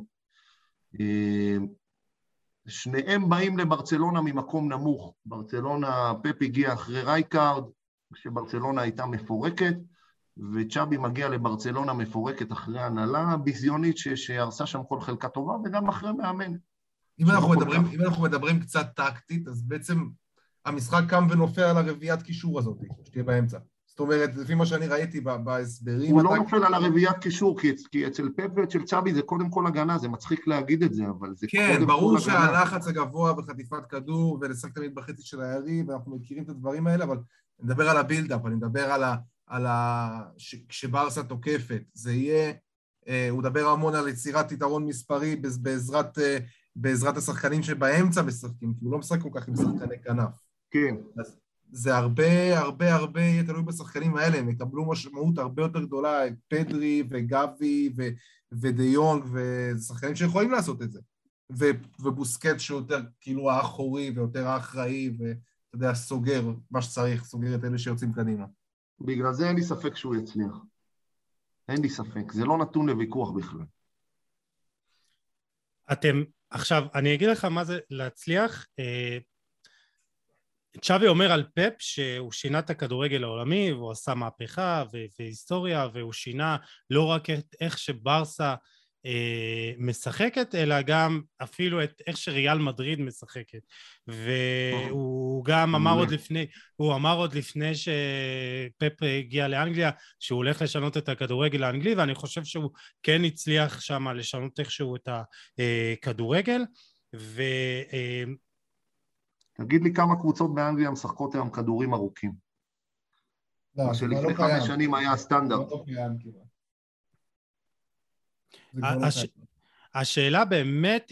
שניהם באים לברצלונה ממקום נמוך, ברצלונה, פפ הגיע אחרי רייקארד, כשברצלונה הייתה מפורקת, וצ'אבי מגיע לברצלונה מפורקת אחרי הנהלה ביזיונית שהרסה שם כל חלקה טובה, וגם אחרי מאמן. אם אנחנו מדברים קצת טקטית, אז בעצם המשחק קם ונופל על הרביעיית קישור הזאת, שתהיה באמצע. זאת אומרת, לפי מה שאני ראיתי בהסברים... הוא לא נופל על הרביעיית קישור, כי אצל פפ ואצל צ'אבי זה קודם כל הגנה, זה מצחיק להגיד את זה, אבל זה קודם כל הגנה. כן, ברור שהלחץ הגבוה בחטיפת כדור, ולשחק תמיד בחצי של היריב, ואנחנו מכירים את הדברים האלה, אבל אני מדבר על הבילדאפ, אני מדבר על כשברסה תוקפת, זה יהיה, הוא מדבר המון על יצירת יתרון מספרי בעזרת השחקנים שבאמצע משחקים, כי הוא לא משחק כל כך עם שחקני כנף. כן. אז זה הרבה יהיה תלוי בשחקנים האלה, הם יקבלו משמעות הרבה יותר גדולה, פדרי וגבי ודיונג, וזה שחקנים שיכולים לעשות את זה. ובוסקט שהוא יותר כאילו האחורי ויותר האחראי, ואתה יודע, סוגר מה שצריך, סוגר את אלה שיוצאים קדימה. בגלל זה אין לי ספק שהוא יצליח. אין לי ספק, זה לא נתון לוויכוח בכלל. עכשיו, אני אגיד לך מה זה להצליח. צ'אבי אומר על פפ שהוא שינה את הכדורגל העולמי, והוא עשה מהפכה והיסטוריה, והוא שינה לא רק את איך שברסה משחקת, אלא גם אפילו את איך שריאל מדריד משחקת. והוא גם אמר עוד לפני שפפ הגיע לאנגליה, שהוא הולך לשנות את הכדורגל האנגלי, ואני חושב שהוא כן הצליח שם לשנות איכשהו את הכדורגל. תגיד לי כמה קבוצות באנגליה משחקות היום כדורים ארוכים. לא, שלפני 5 שנים היה הסטנדרט. השאלה באמת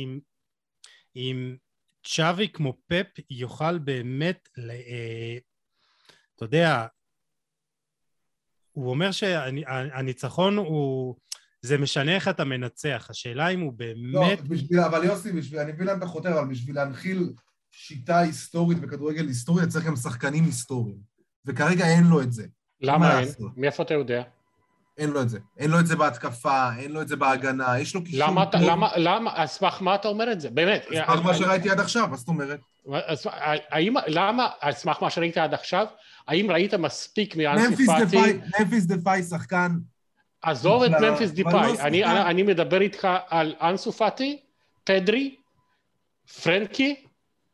אם צ'אבי כמו פפ יוכל באמת, אתה יודע, הוא אומר שהניצחון הוא, זה משנה איך אתה מנצח, השאלה אם הוא באמת... לא, אבל יוסי, אני מבין להם את החותר, אבל בשביל להנחיל שיטה היסטורית בכדורגל היסטוריה, צריך גם שחקנים היסטוריים, וכרגע אין לו את זה. למה אין? מאיפה אתה יודע? אין לו את זה. אין לו את זה בהתקפה, אין לו את זה בהגנה, יש לו קישור... למה? על סמך מה אתה אומר את זה? באמת. על סמך מה שראיתי עד עכשיו, מה זאת אומרת? למה, על סמך מה שראיתי עד עכשיו, האם ראית מספיק מאנסו פאטי? ממפיס דפאי שחקן... עזוב את ממפיס דפאי, אני מדבר איתך על אנסו פאטי, פדרי, פרנקי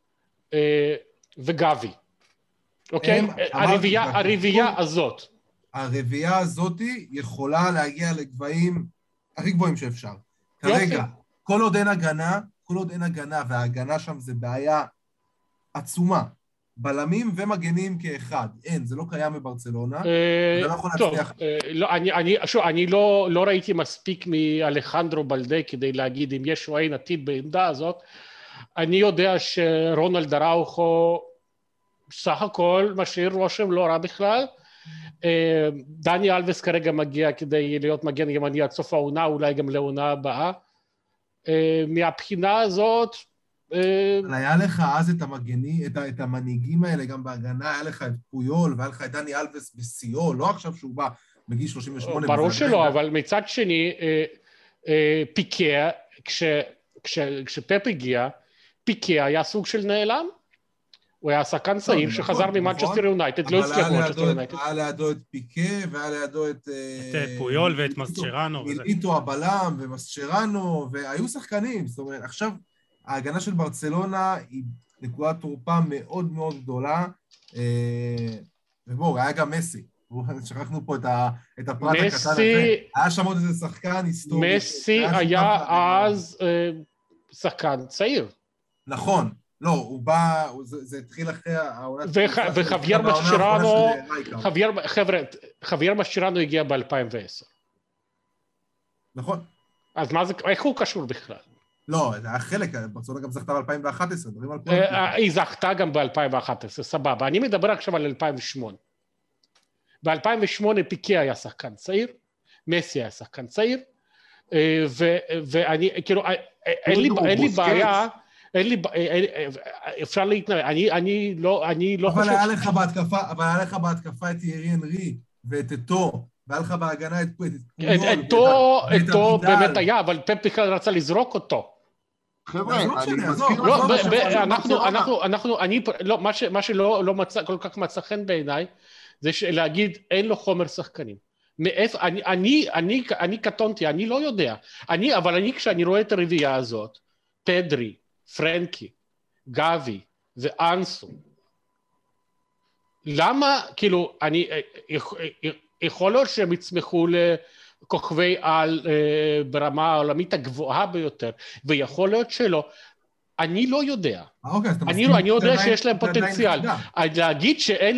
וגבי. אוקיי? הרביעייה הזאת. הרביעייה הזאת יכולה להגיע לגבהים הכי גבוהים שאפשר. כרגע, כל עוד אין הגנה, וההגנה שם זה בעיה עצומה. בלמים ומגנים כאחד. אין, זה לא קיים בברצלונה. זה לא יכול להצליח. אני לא ראיתי מספיק מאלחנדרו בלדה כדי להגיד אם יש או אין עתיד בעמדה הזאת. אני יודע שרונלד אראוחו סך הכל משאיר רושם לא רע בכלל. דני אלווס כרגע מגיע כדי להיות מגן ימני עד סוף העונה, אולי גם לעונה הבאה. מהבחינה הזאת... היה לך אז את המנהיגים האלה גם בהגנה, היה לך את פויול, והיה לך את דני אלווס בסיאו, לא עכשיו שהוא בא בגיל 38. ברור שלא, אבל מצד שני, פיקה, כשפפ הגיע, פיקה היה סוג של נעלם. הוא היה שחקן צעיר שחזר ממנצ'סטר יונייטד, לא הצליח ממנצ'סטר יונייטד. היה לידו את פיקה, והיה לידו את פויול ואת מסצ'רנו. מיליטו הבלם ומסצ'רנו, והיו שחקנים. זאת אומרת, עכשיו ההגנה של ברצלונה היא נקודת תורפה מאוד מאוד גדולה, ובואו, היה גם מסי. שכחנו פה את הפרט הקטן הזה. היה שם עוד איזה שחקן היסטורי. מסי היה אז שחקן צעיר. נכון. לא, הוא בא, זה התחיל אחרי העונה... וחוויאר משצ'רנו הגיע ב-2010. נכון. אז מה זה, איך הוא קשור בכלל? לא, זה היה חלק, ברצלונה גם זכתה ב-2011, דברים על כל... היא זכתה גם ב-2011, סבבה. אני מדבר עכשיו על 2008. ב-2008 פיקה היה שחקן צעיר, מסי היה שחקן צעיר, ואני, כאילו, אין לי בעיה... אפשר להתנהל, אני לא חושב... אבל היה לך בהתקפה את ירי אנרי ואת אתו, והיה לך בהגנה את אתו באמת היה, אבל פפ בכלל רצה לזרוק אותו. חבר'ה, אני מזכיר... מה שלא כל כך מצא חן בעיניי, זה להגיד אין לו חומר שחקנים. אני קטונתי, אני לא יודע. אבל כשאני רואה את הרביעייה הזאת, פדרי, פרנקי, גבי ואנסו. למה, כאילו, יכול להיות שהם יצמחו לכוכבי על ברמה העולמית הגבוהה ביותר, ויכול להיות שלא. אני לא יודע. אני יודע שיש להם פוטנציאל. להגיד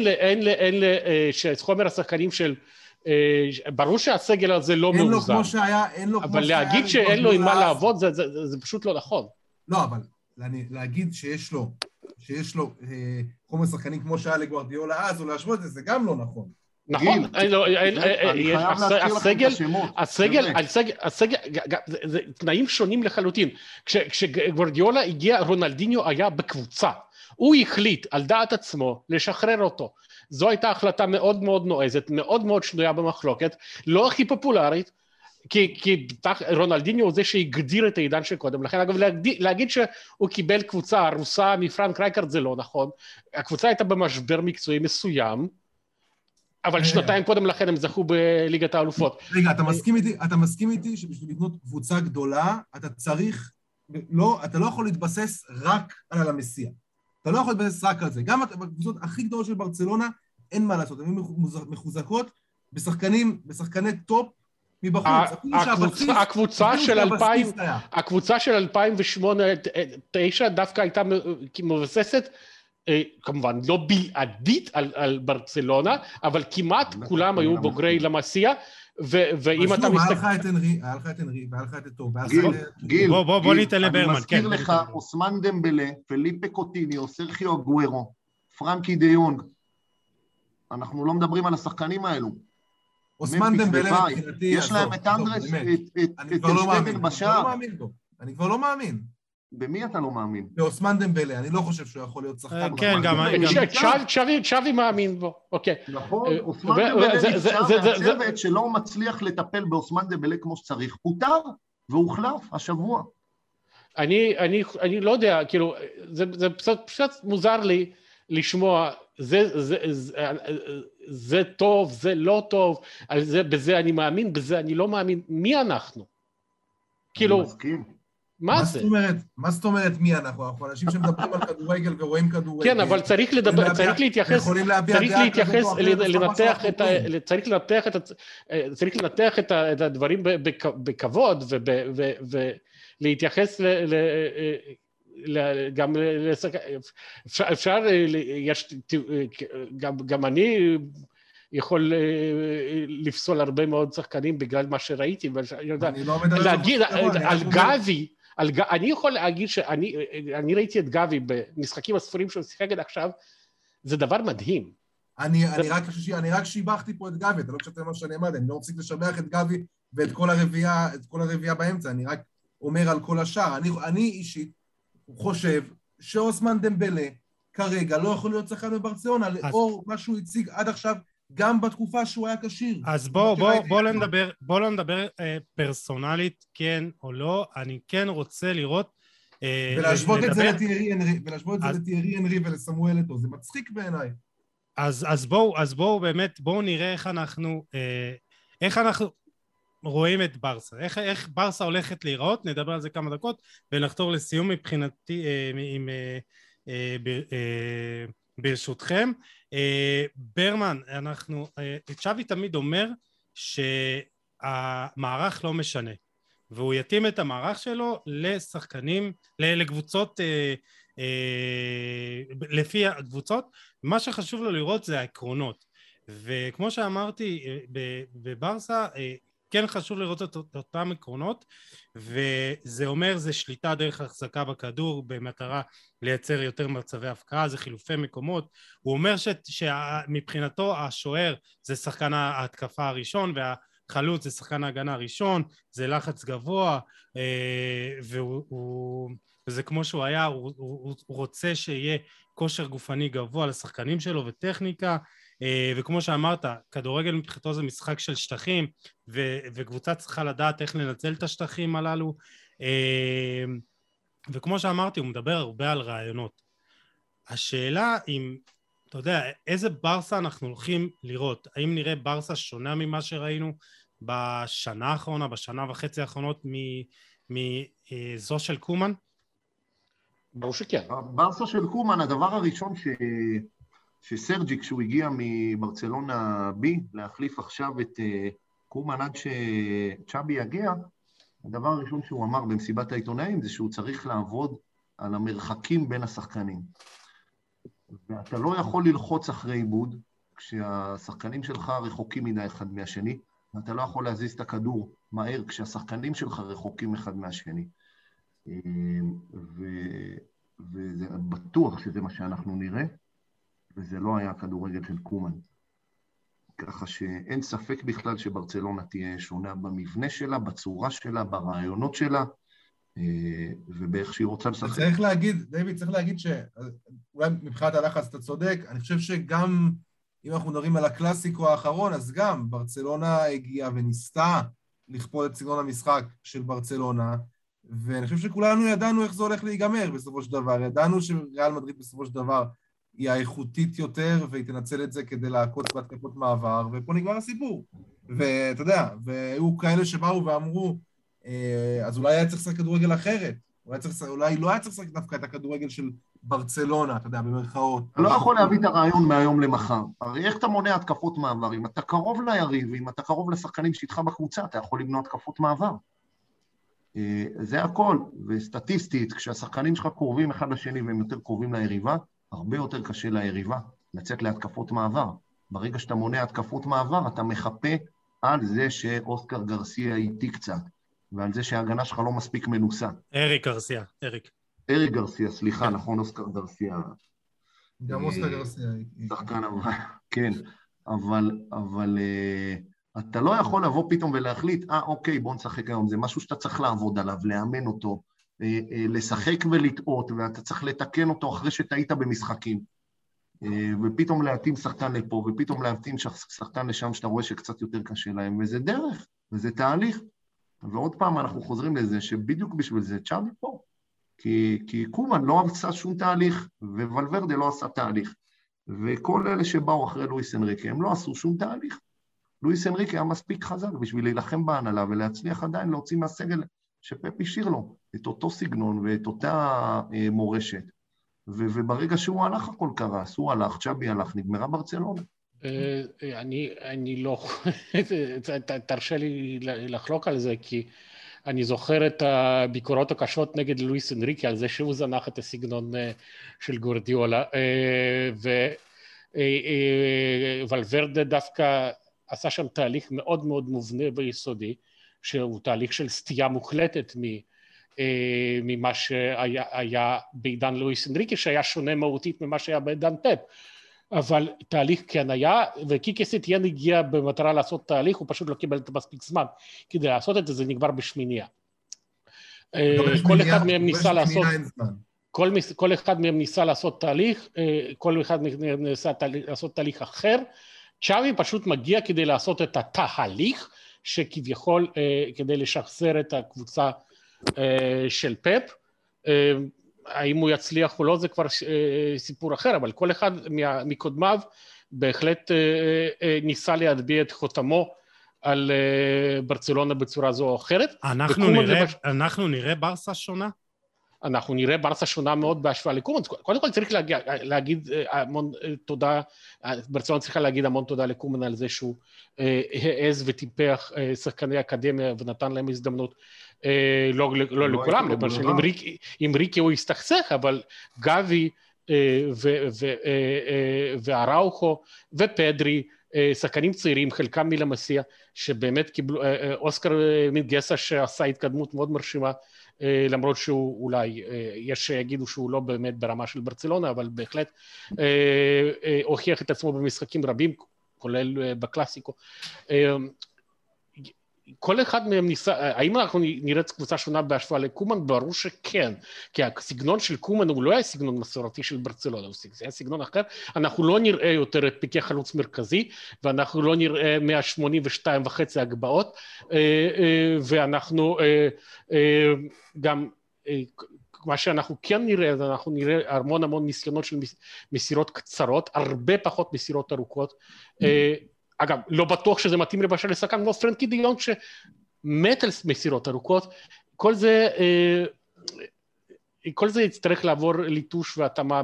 שחומר השחקנים של... ברור שהסגל הזה לא מאוזן. אבל להגיד שאין לו עם מה לעבוד, זה פשוט לא נכון. לא, אבל להגיד שיש לו חומר שחקנים כמו שהיה לגוארדיולה אז, או להשוות את זה, זה גם לא נכון. נכון, אני חייב להזכיר לכם את השמות. הסגל, זה תנאים שונים לחלוטין. כשגוורדיולה הגיע, רונלדיניו היה בקבוצה. הוא החליט על דעת עצמו לשחרר אותו. זו הייתה החלטה מאוד מאוד נועזת, מאוד מאוד שנויה במחלוקת, לא הכי פופולרית, כי רונלדיניו הוא זה שהגדיר את העידן שקודם. לכן, אגב, להגיד שהוא קיבל קבוצה הרוסה מפרנק רייקארד זה לא נכון. הקבוצה הייתה במשבר מקצועי מסוים, אבל שנתיים קודם לכן הם זכו בליגת האלופות. רגע, אתה מסכים איתי שבשביל לבנות קבוצה גדולה, אתה לא יכול להתבסס רק על המסיע. אתה לא יכול להתבסס רק על זה. גם בקבוצות הכי גדולות של ברצלונה, אין מה לעשות. הן מחוזקות בשחקני טופ מבחוץ. הקבוצה של 2008-2009 דווקא הייתה מבססת, כמובן לא בלעדית על ברצלונה, אבל כמעט כולם היו בוגרי למסיע, ואם אתה מסתכל... היה לך את אנרי, והיה לך את טוב. גיל, בוא ניתן לברמן. אני מזכיר לך, אוסמן דמבלה, פליפה קוטיניו, סרחיו אגוארו, פרנקי דה יונג. אנחנו לא מדברים על השחקנים האלו. אוסמן דמבלה מבחינתי... יש להם את אנדרס, את שטגן בשער. אני כבר לא מאמין. במי אתה לא מאמין? באוסמן דמבלה, אני לא חושב שהוא יכול להיות שחקן. כן, גם... צ'אבי מאמין בו, אוקיי. נכון, אוסמן דמבלה נפצע מהצוות שלא מצליח לטפל באוסמן דמבלה כמו שצריך. פוטר והוחלף השבוע. אני לא יודע, כאילו, זה פשוט מוזר לי לשמוע, זה טוב, זה לא טוב, בזה אני מאמין, בזה אני לא מאמין. מי אנחנו? כאילו... אני מסכים. מה זה? מה זאת אומרת מי אנחנו? אנחנו אנשים שמדברים על כדורגל ורואים כדורגל. כן, אבל צריך לנתח את הדברים בכבוד, ולהתייחס גם אפשר, גם אני יכול לפסול הרבה מאוד שחקנים בגלל מה שראיתי, להגיד על גבי, אני יכול להגיד שאני ראיתי את גבי במשחקים הספורים שהוא שיחק עד עכשיו, זה דבר מדהים. אני רק שיבחתי פה את גבי, אתה לא חשבת מה שאני אמרתי, אני לא מפסיק לשבח את גבי ואת כל הרביעייה באמצע, אני רק אומר על כל השאר. אני אישית חושב שאוסמן דמבלה כרגע לא יכול להיות שחקן בברצלונה, לאור מה שהוא הציג עד עכשיו, גם בתקופה שהוא היה כשיר. אז בוא לא נדבר פרסונלית, כן או לא, אני כן רוצה לראות... ולהשוות את זה לתיארי אנרי ולסמואל אתו, זה מצחיק בעיניי. אז בואו באמת, בואו נראה איך אנחנו רואים את ברסה, איך ברסה הולכת להיראות, נדבר על זה כמה דקות, ונחתור לסיום מבחינתי, ברשותכם. ברמן, צ'אבי תמיד אומר שהמערך לא משנה, והוא יתאים את המערך שלו לשחקנים, לקבוצות, לפי הקבוצות. מה שחשוב לו לראות זה העקרונות, וכמו שאמרתי, בברסה כן חשוב לראות את אותם עקרונות, וזה אומר זה שליטה דרך החזקה בכדור במטרה לייצר יותר מצבי הפקעה, זה חילופי מקומות. הוא אומר שמבחינתו השוער זה שחקן ההתקפה הראשון, והחלוץ זה שחקן ההגנה הראשון, זה לחץ גבוה, וזה כמו שהוא היה, הוא רוצה שיהיה כושר גופני גבוה לשחקנים שלו וטכניקה, וכמו שאמרת, כדורגל מבחינתו זה משחק של שטחים, וקבוצה צריכה לדעת איך לנצל את השטחים הללו, וכמו שאמרתי, הוא מדבר הרבה על רעיונות. השאלה אם, אתה יודע, איזה ברסה אנחנו הולכים לראות? האם נראה ברסה שונה ממה שראינו בשנה האחרונה, בשנה וחצי האחרונות, מזו של קומן? ברור שכן. ברסה של קומן, הדבר הראשון שסרג'י, כשהוא הגיע מברצלונה בי, להחליף עכשיו את קומן עד שצ'אבי יגיע, הדבר הראשון שהוא אמר במסיבת העיתונאים זה שהוא צריך לעבוד על המרחקים בין השחקנים. ואתה לא יכול ללחוץ אחרי עיבוד כשהשחקנים שלך רחוקים מדי אחד מהשני, ואתה לא יכול להזיז את הכדור מהר כשהשחקנים שלך רחוקים אחד מהשני. וזה בטוח שזה מה שאנחנו נראה, וזה לא היה כדורגל של קומן. ככה שאין ספק בכלל שברצלונה תהיה שונה במבנה שלה, בצורה שלה, ברעיונות שלה, ובאיך שהיא רוצה לשחק. צריך להגיד, דיוויד, צריך להגיד שאולי מבחינת הלחץ אתה צודק, אני חושב שגם אם אנחנו מדברים על הקלאסיקו האחרון, אז גם ברצלונה הגיעה וניסתה לכפות את סגנון המשחק של ברצלונה, ואני חושב שכולנו ידענו איך זה הולך להיגמר בסופו של דבר, ידענו שריאל מדריד בסופו של דבר היא האיכותית יותר, והיא תנצל את זה כדי לעקוץ בהתקפות מעבר, ופה נגמר הסיפור. ואתה יודע, והיו כאלה שבאו ואמרו, אז אולי היה צריך לשחק כדורגל אחרת, אולי לא היה צריך לשחק דווקא את הכדורגל של ברצלונה, אתה יודע, במרכאות. אתה לא יכול להביא את הרעיון מהיום למחר. הרי איך אתה מונע התקפות מעבר? אם אתה קרוב ליריב, אם אתה קרוב לשחקנים שאיתך בקבוצה, אתה יכול למנוע התקפות מעבר. זה הכל, וסטטיסטית, כשהשחקנים שלך קרובים אחד לשני והם יותר קרובים ליריבה, הרבה יותר קשה ליריבה לצאת להתקפות מעבר. ברגע שאתה מונע התקפות מעבר, אתה מחפה על זה שאוסקר גרסיה איתי קצת, ועל זה שההגנה שלך לא מספיק מנוסה. אריק גרסיה, סליחה, נכון, אוסקר גרסיה. גם אוסקר גרסיה. שחקן, כן, אבל אתה לא יכול לבוא פתאום ולהחליט, אוקיי, בוא נשחק היום, זה משהו שאתה צריך לעבוד עליו, לאמן אותו, לשחק ולטעות, ואתה צריך לתקן אותו אחרי שטעית במשחקים, ופתאום להתאים שחקן לפה, ופתאום להתאים שחקן לשם שאתה רואה שקצת יותר קשה להם, וזה דרך, וזה תהליך. ועוד פעם אנחנו חוזרים לזה, שבדיוק בשביל זה צ'אבי פה, כי קומן לא עשה שום תהליך, וולברדה לא עשה תהליך, וכל אלה שבאו אחרי לואיס אנריקה, הם לא עשו שום תהליך. לואיס אנריקה היה מספיק חזק בשביל להילחם בהנהלה, ולהצליח עדיין להוציא מהסגל שפפ השאיר לו את אותו סגנון ואת אותה מורשת. וברגע שהוא הלך הכל קרס, הוא הלך, צ'אבי הלך, נגמרה ברצלונה. אני לא, תרשה לי לחלוק על זה, כי אני זוכר את הביקורות הקשות נגד לואיס אנריקה, על זה שהוא זנח את הסגנון של גוארדיולה, וולברדה דווקא עשה שם תהליך מאוד מאוד מובנה ויסודי, שהוא תהליך של סטייה מוחלטת ממה שהיה בעידן לואיס אנריקה, שהיה שונה מהותית ממה שהיה בעידן פפ. אבל תהליך כן היה, וקיקי סטיאן הגיע במטרה לעשות תהליך, הוא פשוט לא קיבל את מספיק זמן כדי לעשות את זה, זה נגמר בשמיניה. כל אחד מהם ניסה לעשות, כל אחד מהם ניסה לעשות תהליך, כל אחד ניסה לעשות תהליך אחר, צ'אבי פשוט מגיע כדי לעשות את התהליך, שכביכול כדי לשחזר את הקבוצה של פפ, האם הוא יצליח או לא זה כבר סיפור אחר, אבל כל אחד מקודמיו בהחלט ניסה להטביע את חותמו על ברצלונה בצורה זו או אחרת. אנחנו נראה ברסה שונה? אנחנו נראה ברסה שונה מאוד בהשוואה לקומן. קודם כל צריך להגיד המון תודה, ברצלונה צריכה להגיד המון תודה לקומן על זה שהוא העז וטיפח שחקני אקדמיה ונתן להם הזדמנות, לא לכולם, למשל עם ריקי הוא הסתכסך, אבל גבי ואראוכו ופדרי, שחקנים צעירים, חלקם מלמסיה, שבאמת קיבלו, אוסקר מנגסה שעשה התקדמות מאוד מרשימה, למרות שהוא אולי, יש שיגידו שהוא לא באמת ברמה של ברצלונה, אבל בהחלט הוכיח את עצמו במשחקים רבים, כולל בקלאסיקו. כל אחד מהם ניסה, האם אנחנו נראה קבוצה שונה בהשוואה לקומן? ברור שכן, כי הסגנון של קומן הוא לא היה סגנון מסורתי של ברצלונה, זה היה סגנון אחר, אנחנו לא נראה יותר את פיקי חלוץ מרכזי, ואנחנו לא נראה 182.5 הגבהות, ואנחנו גם, מה שאנחנו כן נראה, אז אנחנו נראה המון ניסיונות של מסירות קצרות, הרבה פחות מסירות ארוכות, אגב, לא בטוח שזה מתאים למשל לשחקן כמו פרנקי דה יונג שמת על מסירות ארוכות, כל זה יצטרך לעבור ליטוש והתאמה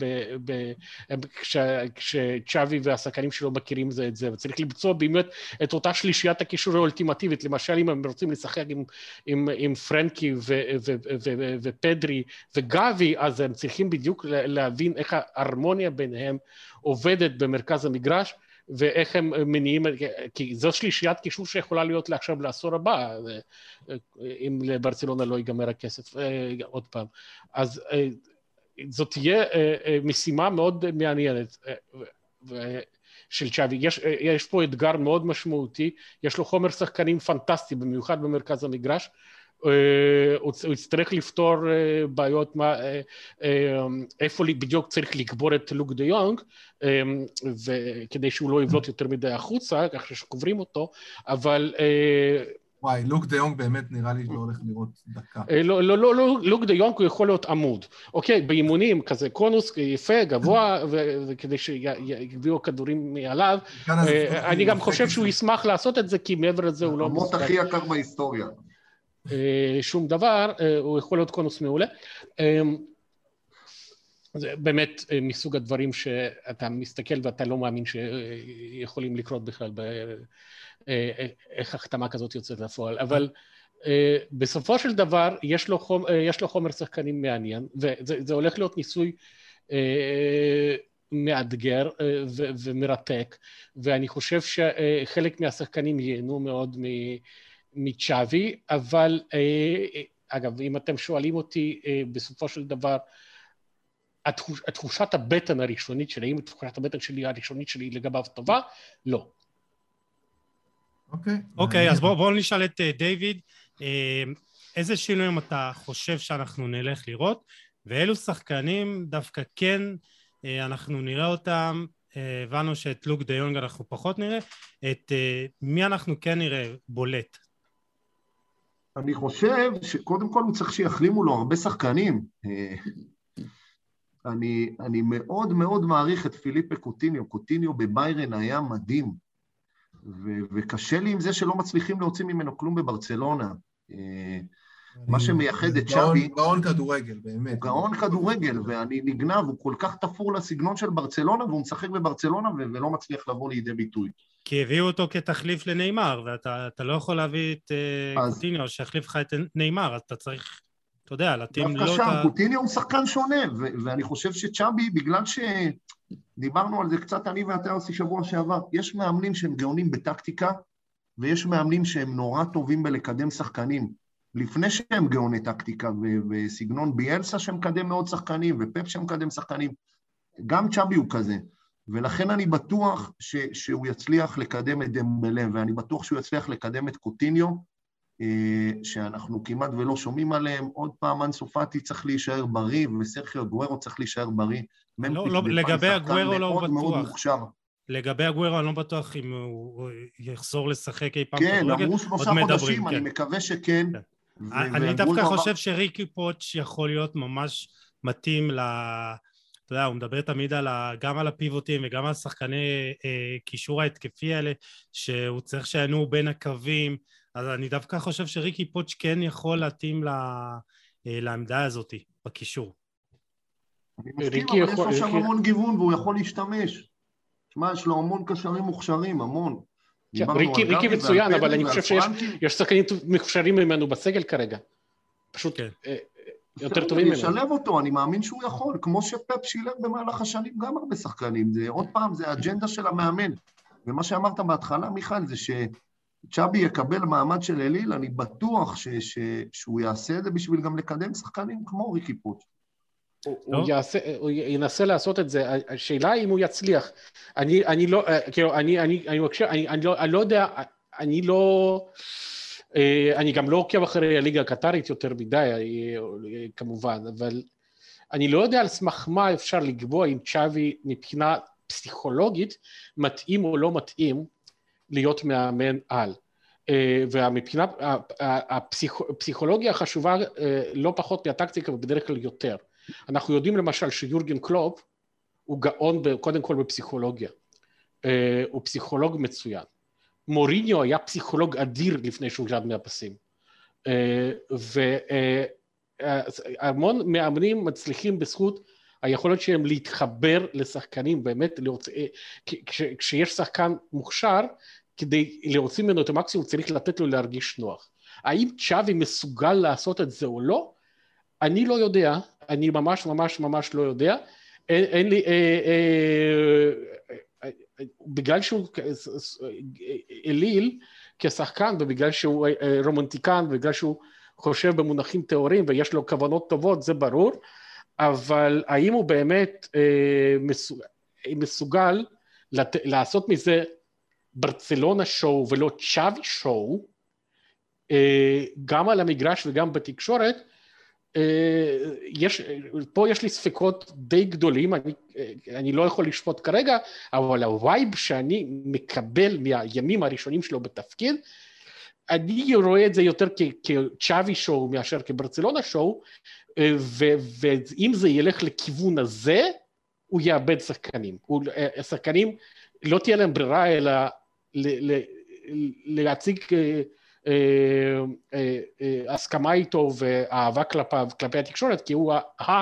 כשצ'אבי והשחקנים שלו מכירים זה את זה, וצריך למצוא באמת את אותה שלישיית הקישור האולטימטיבית, למשל אם הם רוצים לשחק עם פרנקי ופדרי וגבי, אז הם צריכים בדיוק להבין איך ההרמוניה ביניהם עובדת במרכז המגרש, ואיך הם מניעים, כי זו שלישיית קישור שיכולה להיות לעכשיו לעשור הבא, אם לברצלונה לא ייגמר הכסף עוד פעם. אז זאת תהיה משימה מאוד מעניינת, של צ'אבי. יש פה אתגר מאוד משמעותי, יש לו חומר שחקנים פנטסטי, במיוחד במרכז המגרש, הוא יצטרך לפתור בעיות, איפה בדיוק צריך לקבור את לוק דה יונג, וכדי שהוא לא יבלוט יותר מדי החוצה, כך שקוברים אותו, אבל... וואי, לוק דה יונג באמת נראה לי לא הולך לראות דקה. לא, לוק דה יונג הוא יכול להיות עמוד. אוקיי, באימונים כזה קונוס יפה, גבוה, וכדי שיגביאו כדורים מעליו, אני גם חושב שהוא ישמח לעשות את זה, כי מעבר לזה הוא לא... המות הכי יקר בהיסטוריה. שום דבר, הוא יכול להיות קונוס מעולה. זה באמת מסוג הדברים שאתה מסתכל ואתה לא מאמין שיכולים לקרות בכלל איך החתמה כזאת יוצאת לפועל, אבל בסופו של דבר יש לו חומר שחקנים מעניין, וזה הולך להיות ניסוי מאתגר ומרתק, ואני חושב שחלק מהשחקנים ייהנו מאוד מצ'אבי, אבל אגב, אם אתם שואלים אותי בסופו של דבר, התחושת הבטן הראשונית שלי, האם תחושת הבטן הראשונית שלי לגביו טובה? לא. אוקיי, אז בואו נשאל את דיוויד, איזה שינויים אתה חושב שאנחנו נלך לראות, ואילו שחקנים דווקא כן אנחנו נראה אותם, הבנו שאת לוק דה יונג אנחנו פחות נראה, את מי אנחנו כן נראה בולט? אני חושב שקודם כל הוא צריך שיחלימו לו הרבה שחקנים. אני מאוד מאוד מעריך את פיליפה קוטיניו. קוטיניו בביירן היה מדהים, וקשה לי עם זה שלא מצליחים להוציא ממנו כלום בברצלונה. מה שמייחד את צ'אבי... גאון כדורגל, באמת. גאון כדורגל, ואני נגנב, הוא כל כך תפור לסגנון של ברצלונה, והוא משחק בברצלונה ולא מצליח לבוא לידי ביטוי. כי הביאו אותו כתחליף לניימר, ואתה לא יכול להביא את קוטיניו שיחליף לך את ניימר, אז אתה צריך, אתה יודע, להתאים לו את ה... קוטיניו הוא שחקן שונה, ואני חושב שצ'אבי, בגלל שדיברנו על זה קצת אני ואתה עושים שבוע שעבר, יש מאמנים שהם גאונים בטקטיקה, ויש מאמנים שהם נורא טובים בלקדם שחקנים. לפני שהם גאוני טקטיקה, וסגנון ביאלסה שמקדם מאוד שחקנים, ופפ שמקדם שחקנים, גם צ'אבי הוא כזה, ולכן אני בטוח שהוא יצליח לקדם את דמבלה, ואני בטוח שהוא יצליח לקדם את קוטיניו, שאנחנו כמעט ולא שומעים עליהם, עוד פעם אנסו פאטי צריך להישאר בריא, וסרחיו אגוארו צריך להישאר בריא, לגבי אגוארו לא בטוח. לגבי אגוארו אני לא בטוח אם הוא יחזור לשחק אי פעם כדורגל. כן, אמרו 3 חודשים, אני מקווה שכן. אני דווקא חושב שריקי פוטש יכול להיות ממש מתאים אתה יודע, הוא מדבר תמיד גם על הפיבוטים וגם על שחקני קישור ההתקפי האלה, שהוא צריך שיענו בין הקווים, אז אני דווקא חושב שריקי פוטש כן יכול להתאים לעמדה הזאת בקישור. אני מסכים, אבל יש לו שם המון גיוון והוא יכול להשתמש. תשמע, יש לו המון קשרים מוכשרים, המון. ריקי מצוין, אבל אני חושב שיש שחקנים מוכשרים ממנו בסגל כרגע. פשוט יותר טובים ממנו. לשלב אותו, אני מאמין שהוא יכול, כמו שפפ שילב במהלך השנים גם הרבה שחקנים. עוד פעם, זה האג'נדה של המאמן. ומה שאמרת בהתחלה, מיכאל, זה שצ'אבי יקבל מעמד של אליל, אני בטוח שהוא יעשה את זה בשביל גם לקדם שחקנים כמו ריקי פוטש. הוא ינסה לעשות את זה, השאלה אם הוא יצליח. אני לא יודע, אני גם לא עוקב אחרי הליגה הקטרית יותר מדי, כמובן, אבל אני לא יודע על סמך מה אפשר לקבוע אם צ'אבי מבחינה פסיכולוגית מתאים או לא מתאים להיות מאמן על. ומבחינה הפסיכולוגיה חשובה לא פחות מהטקטיקה ובדרך כלל יותר. אנחנו יודעים למשל שיורגן קלופ הוא גאון קודם כל בפסיכולוגיה, הוא פסיכולוג מצוין. מוריניו היה פסיכולוג אדיר לפני שהוא ירד מהפסים, והמון מאמנים מצליחים בזכות היכולת שהם להתחבר לשחקנים, באמת כשיש שחקן מוכשר, כדי להוציא ממנו את המקסימום צריך לתת לו להרגיש נוח. האם צ'אבי מסוגל לעשות את זה או לא? אני לא יודע, אני ממש לא יודע, אין לי, בגלל שהוא אליל כשחקן, ובגלל שהוא רומנטיקן, ובגלל שהוא חושב במונחים תיאוריים, ויש לו כוונות טובות, זה ברור, אבל האם הוא באמת מסוגל לעשות מזה ברצלונה שואו ולא צ'אבי שואו, גם על המגרש וגם בתקשורת, פה יש לי ספקות די גדולים, אני לא יכול לשפוט כרגע, אבל הווייב שאני מקבל מהימים הראשונים שלו בתפקיד, אני רואה את זה יותר כצ'אבי שואו מאשר כברצלונה שואו, ואם זה ילך לכיוון הזה, הוא יאבד שחקנים. השחקנים לא תהיה להם ברירה אלא להציג הסכמה איתו ואהבה כלפי התקשורת, כי הוא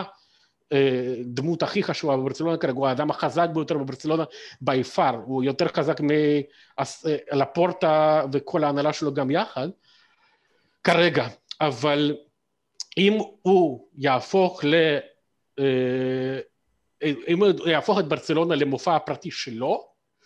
הדמות הכי חשובה בברצלונה כרגע, הוא האדם החזק ביותר בברצלונה ביפר, הוא יותר חזק מלפורטה וכל ההנהלה שלו גם יחד, כרגע. אבל אם הוא יהפוך את ברצלונה למופע הפרטי שלו,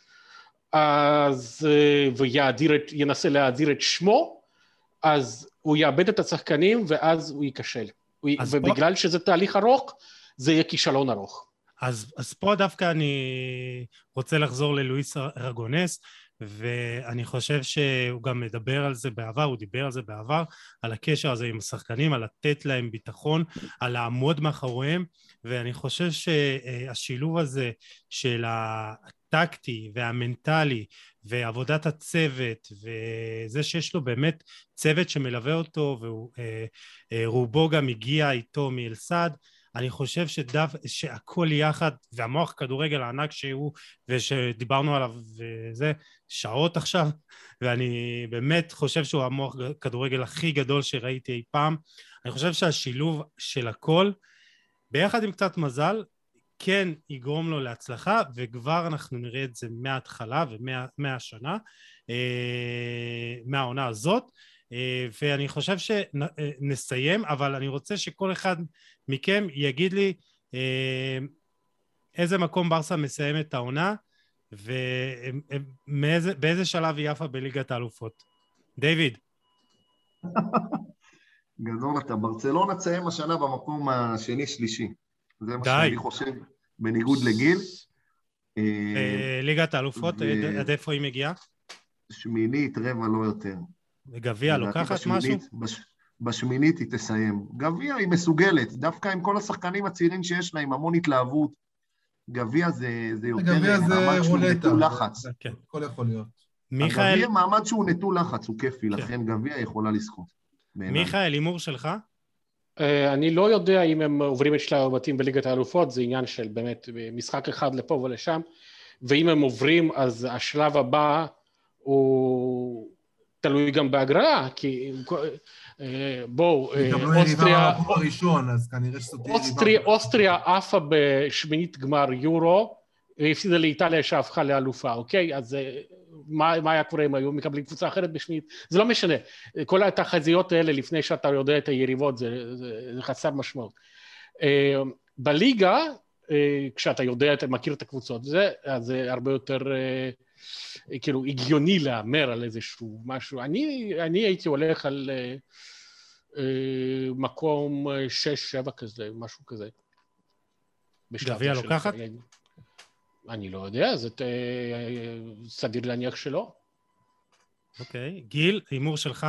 אז וינסה להאדיר את שמו, אז הוא יאבד את השחקנים ואז הוא ייכשל. ובגלל שזה תהליך ארוך, זה יהיה כישלון ארוך. אז פה דווקא אני רוצה לחזור ללואיס ארגונס, ואני חושב שהוא גם מדבר על זה בעבר, הוא דיבר על זה בעבר, על הקשר הזה עם השחקנים, על לתת להם ביטחון, על לעמוד מאחוריהם, ואני חושב שהשילוב הזה של הטקטי והמנטלי ועבודת הצוות, וזה שיש לו באמת צוות שמלווה אותו, ורובו גם הגיע איתו מאלסד, אני חושב שהכל יחד, והמוח כדורגל הענק שהוא, ושדיברנו עליו וזה, שעות עכשיו, ואני באמת חושב שהוא המוח כדורגל הכי גדול שראיתי אי פעם. אני חושב שהשילוב של הכל, ביחד עם קצת מזל, כן יגרום לו להצלחה, וכבר אנחנו נראה את זה מההתחלה ומהשנה, מהעונה הזאת, ואני חושב שנסיים, אבל אני רוצה שכל אחד מכם יגיד לי איזה מקום ברסה מסיים את העונה, ובאיזה שלב היא יפה בליגת האלופות. דיוויד. גדול אתה, ברצלונה תסיים השנה במקום השני-שלישי. זה מה שאני חושב, בניגוד לגיל. ליגת האלופות, עד איפה היא מגיעה? שמינית, רבע, לא יותר. וגביע לוקחת משהו? בשמינית היא תסיים. גביע היא מסוגלת, דווקא עם כל השחקנים הצעירים שיש לה, עם המון התלהבות. גביע זה יותר מעמד שהוא נטול לחץ. כן, הכל יכול להיות. גביע מעמד שהוא נטול לחץ, הוא כיפי, לכן גביע יכולה לזכות. מיכאל, הימור שלך? אני לא יודע אם הם עוברים את שלב הבתים בליגת האלופות, זה עניין של באמת משחק אחד לפה ולשם, ואם הם עוברים אז השלב הבא הוא תלוי גם בהגרלה, כי בואו, אוסטריה עפה בשמינית גמר יורו, והפסידה לאיטליה שהפכה לאלופה, אוקיי? אז מה היה קורה אם היו מקבלים קבוצה אחרת בשמינית? זה לא משנה. כל התחזיות האלה לפני שאתה יודע את היריבות, זה חסר משמעות. בליגה, כשאתה יודע, אתה מכיר את הקבוצות, אז זה הרבה יותר כאילו הגיוני לאמר על איזשהו משהו. אני הייתי הולך על מקום 6-7 כזה, משהו כזה. גביע לוקחת? אני לא יודע, זה סביר להניח שלא. אוקיי, גיל, הימור שלך?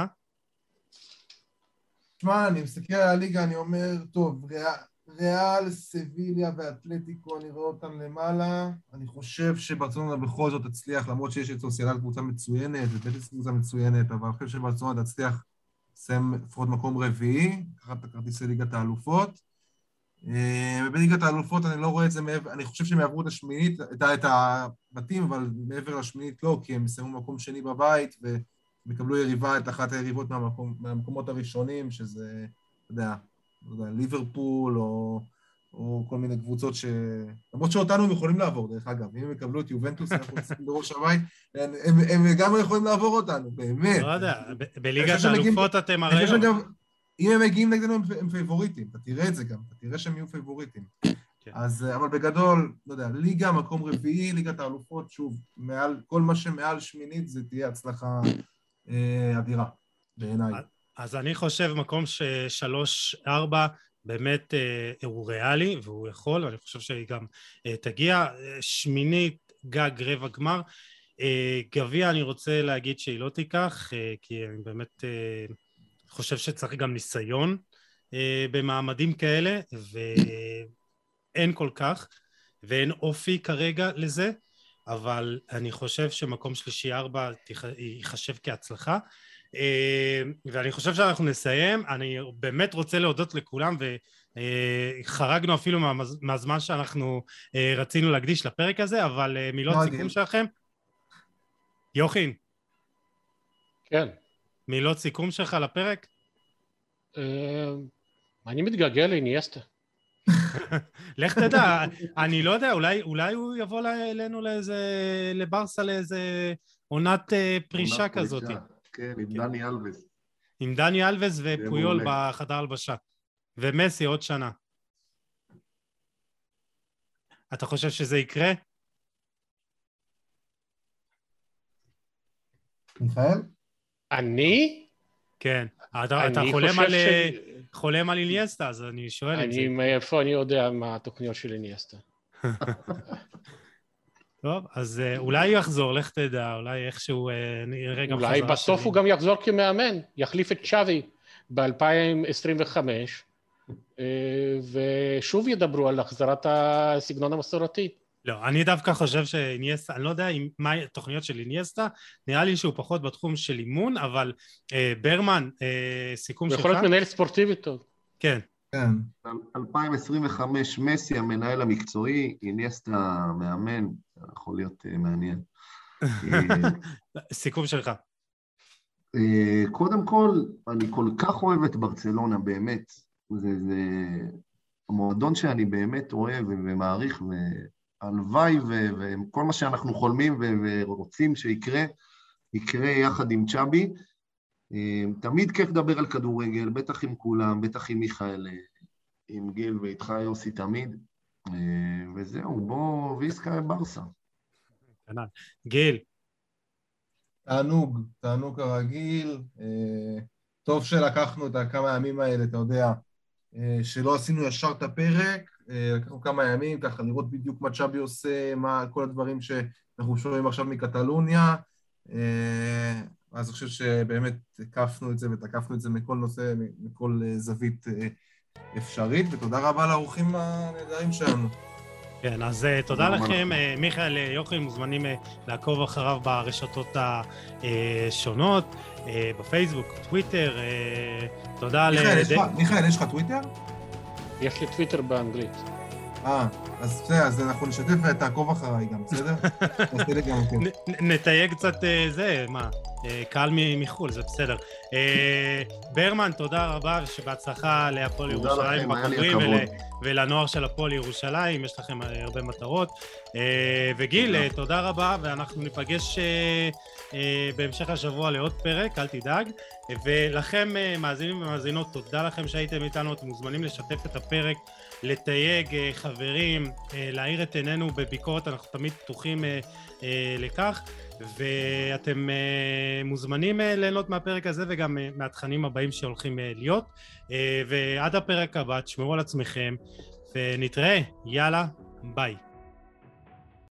תשמע, אני מסתכל על הליגה, אני אומר, טוב, ריאל, סביליה ואטלטיקו, אני רואה אותם למעלה. אני חושב שברצלונה בכל זאת תצליח, למרות שיש את סוסיידד קבוצה מצוינת, ובטס קבוצה מצוינת, אבל אני חושב שברצלונה תצליח לסיים לפחות מקום רביעי, לקחת את הכרטיסי ליגת האלופות. ובליגת האלופות אני לא רואה את זה מעבר, אני חושב שהם יעברו את השמינית, את הבתים, אבל מעבר לשמינית לא, כי הם מסיימו מקום שני בבית, ומקבלו יריבה, את אחת היריבות מהמקומות הראשונים, שזה, אתה יודע, ליברפול, או כל מיני קבוצות למרות שאותנו הם יכולים לעבור, דרך אגב, אם הם יקבלו את יובנטוס, אנחנו עושים בראש הבית, הם גם יכולים לעבור אותנו, באמת. לא יודע, בליגת האלופות אתם הרי... אם הם מגיעים נגדנו הם פייבוריטים, אתה תראה את זה גם, אתה תראה שהם יהיו פייבוריטים. אז, אבל בגדול, לא יודע, ליגה, מקום רביעי, ליגת האלופות, שוב, כל מה שמעל שמינית זה תהיה הצלחה אדירה, בעיניי. אז אני חושב מקום 3-4 באמת הוא ריאלי, והוא יכול, ואני חושב שהיא גם תגיע. שמינית גג רבע גמר. גביע אני רוצה להגיד שהיא לא תיקח, כי אני באמת חושב שצריך גם ניסיון במעמדים כאלה, ואין כל כך, ואין אופי כרגע לזה, אבל אני חושב שמקום שלישי 4 ייחשב כהצלחה, ואני חושב שאנחנו נסיים. אני באמת רוצה להודות לכולם, וחרגנו אפילו מהזמן שאנחנו רצינו להקדיש לפרק הזה, אבל מילות סיכום שלכם? יוחין. כן. מילות סיכום שלך לפרק? אני מתגעגע לאינייסטה. לך תדע, אני לא יודע, אולי הוא יבוא אלינו לברסה לאיזה עונת פרישה כזאת. כן, עם דני אלבס. עם דני אלבס ופויול בחדר הלבשה. ומסי עוד שנה. אתה חושב שזה יקרה? מיכאל? אני? כן. אתה חולם על אינייסטה, אז אני שואל את זה. מאיפה אני יודע מה התוכניות של אינייסטה? טוב, אז אולי הוא יחזור, לך תדע, אולי איכשהו נראה גם חזרה שלי. אולי בסוף הוא גם יחזור כמאמן, יחליף את צ'אבי ב-2025, ושוב ידברו על החזרת הסגנון המסורתי. לא, אני דווקא חושב שאינייסטה, אני לא יודע מה התוכניות של אינייסטה, נראה לי שהוא פחות בתחום של אימון, אבל ברמן, סיכום שלך? יכול להיות מנהל ספורטיבי טוב. כן. 2025 מסי המנהל המקצועי, אינייסטה מאמן, יכול להיות מעניין. סיכום שלך. קודם כל, אני כל כך אוהב את ברצלונה, באמת. זה המועדון שאני באמת אוהב ומעריך, והלוואי וכל מה שאנחנו חולמים ורוצים שיקרה, יקרה יחד עם צ'אבי. תמיד כיף לדבר על כדורגל, בטח עם כולם, בטח עם מיכאל, עם גיל ואיתך יוסי תמיד, וזהו, בוא ויסקה ברסה. גיל. תענוג כרגיל, טוב שלקחנו את הכמה ימים האלה, אתה יודע, שלא עשינו ישר את הפרק, לקחנו כמה ימים, ככה לראות בדיוק מה צ'אבי עושה, מה כל הדברים שאנחנו שומעים עכשיו מקטלוניה, אז אני חושב שבאמת תקפנו את זה ותקפנו את זה מכל נושא, מכל זווית אפשרית, ותודה רבה לאורחים הנהדרים שלנו. כן, אז תודה לכם. מיכאל, יוחין, מוזמנים לעקוב אחריו ברשתות השונות, בפייסבוק, טוויטר. תודה מיכאל, יש לך טוויטר? יש לי טוויטר באנגלית. אז אנחנו נשתף ותעקוב אחריי גם, בסדר? נתייג קצת קהל מחול, זה בסדר. ברמן, תודה רבה ושבהצלחה להפועל ירושלים בכדורים ולנוער של הפועל ירושלים, יש לכם הרבה מטרות. וגיל, תודה רבה, ואנחנו ניפגש בהמשך השבוע לעוד פרק, אל תדאג. ולכם מאזינים ומאזינות, תודה לכם שהייתם איתנו, אתם מוזמנים לשתף את הפרק, לתייג חברים, להאיר את עינינו בביקורת, אנחנו תמיד פתוחים לכך, ואתם מוזמנים ליהנות מהפרק הזה וגם מהתכנים הבאים שהולכים להיות, ועד הפרק הבא, תשמרו על עצמכם ונתראה, יאללה, ביי.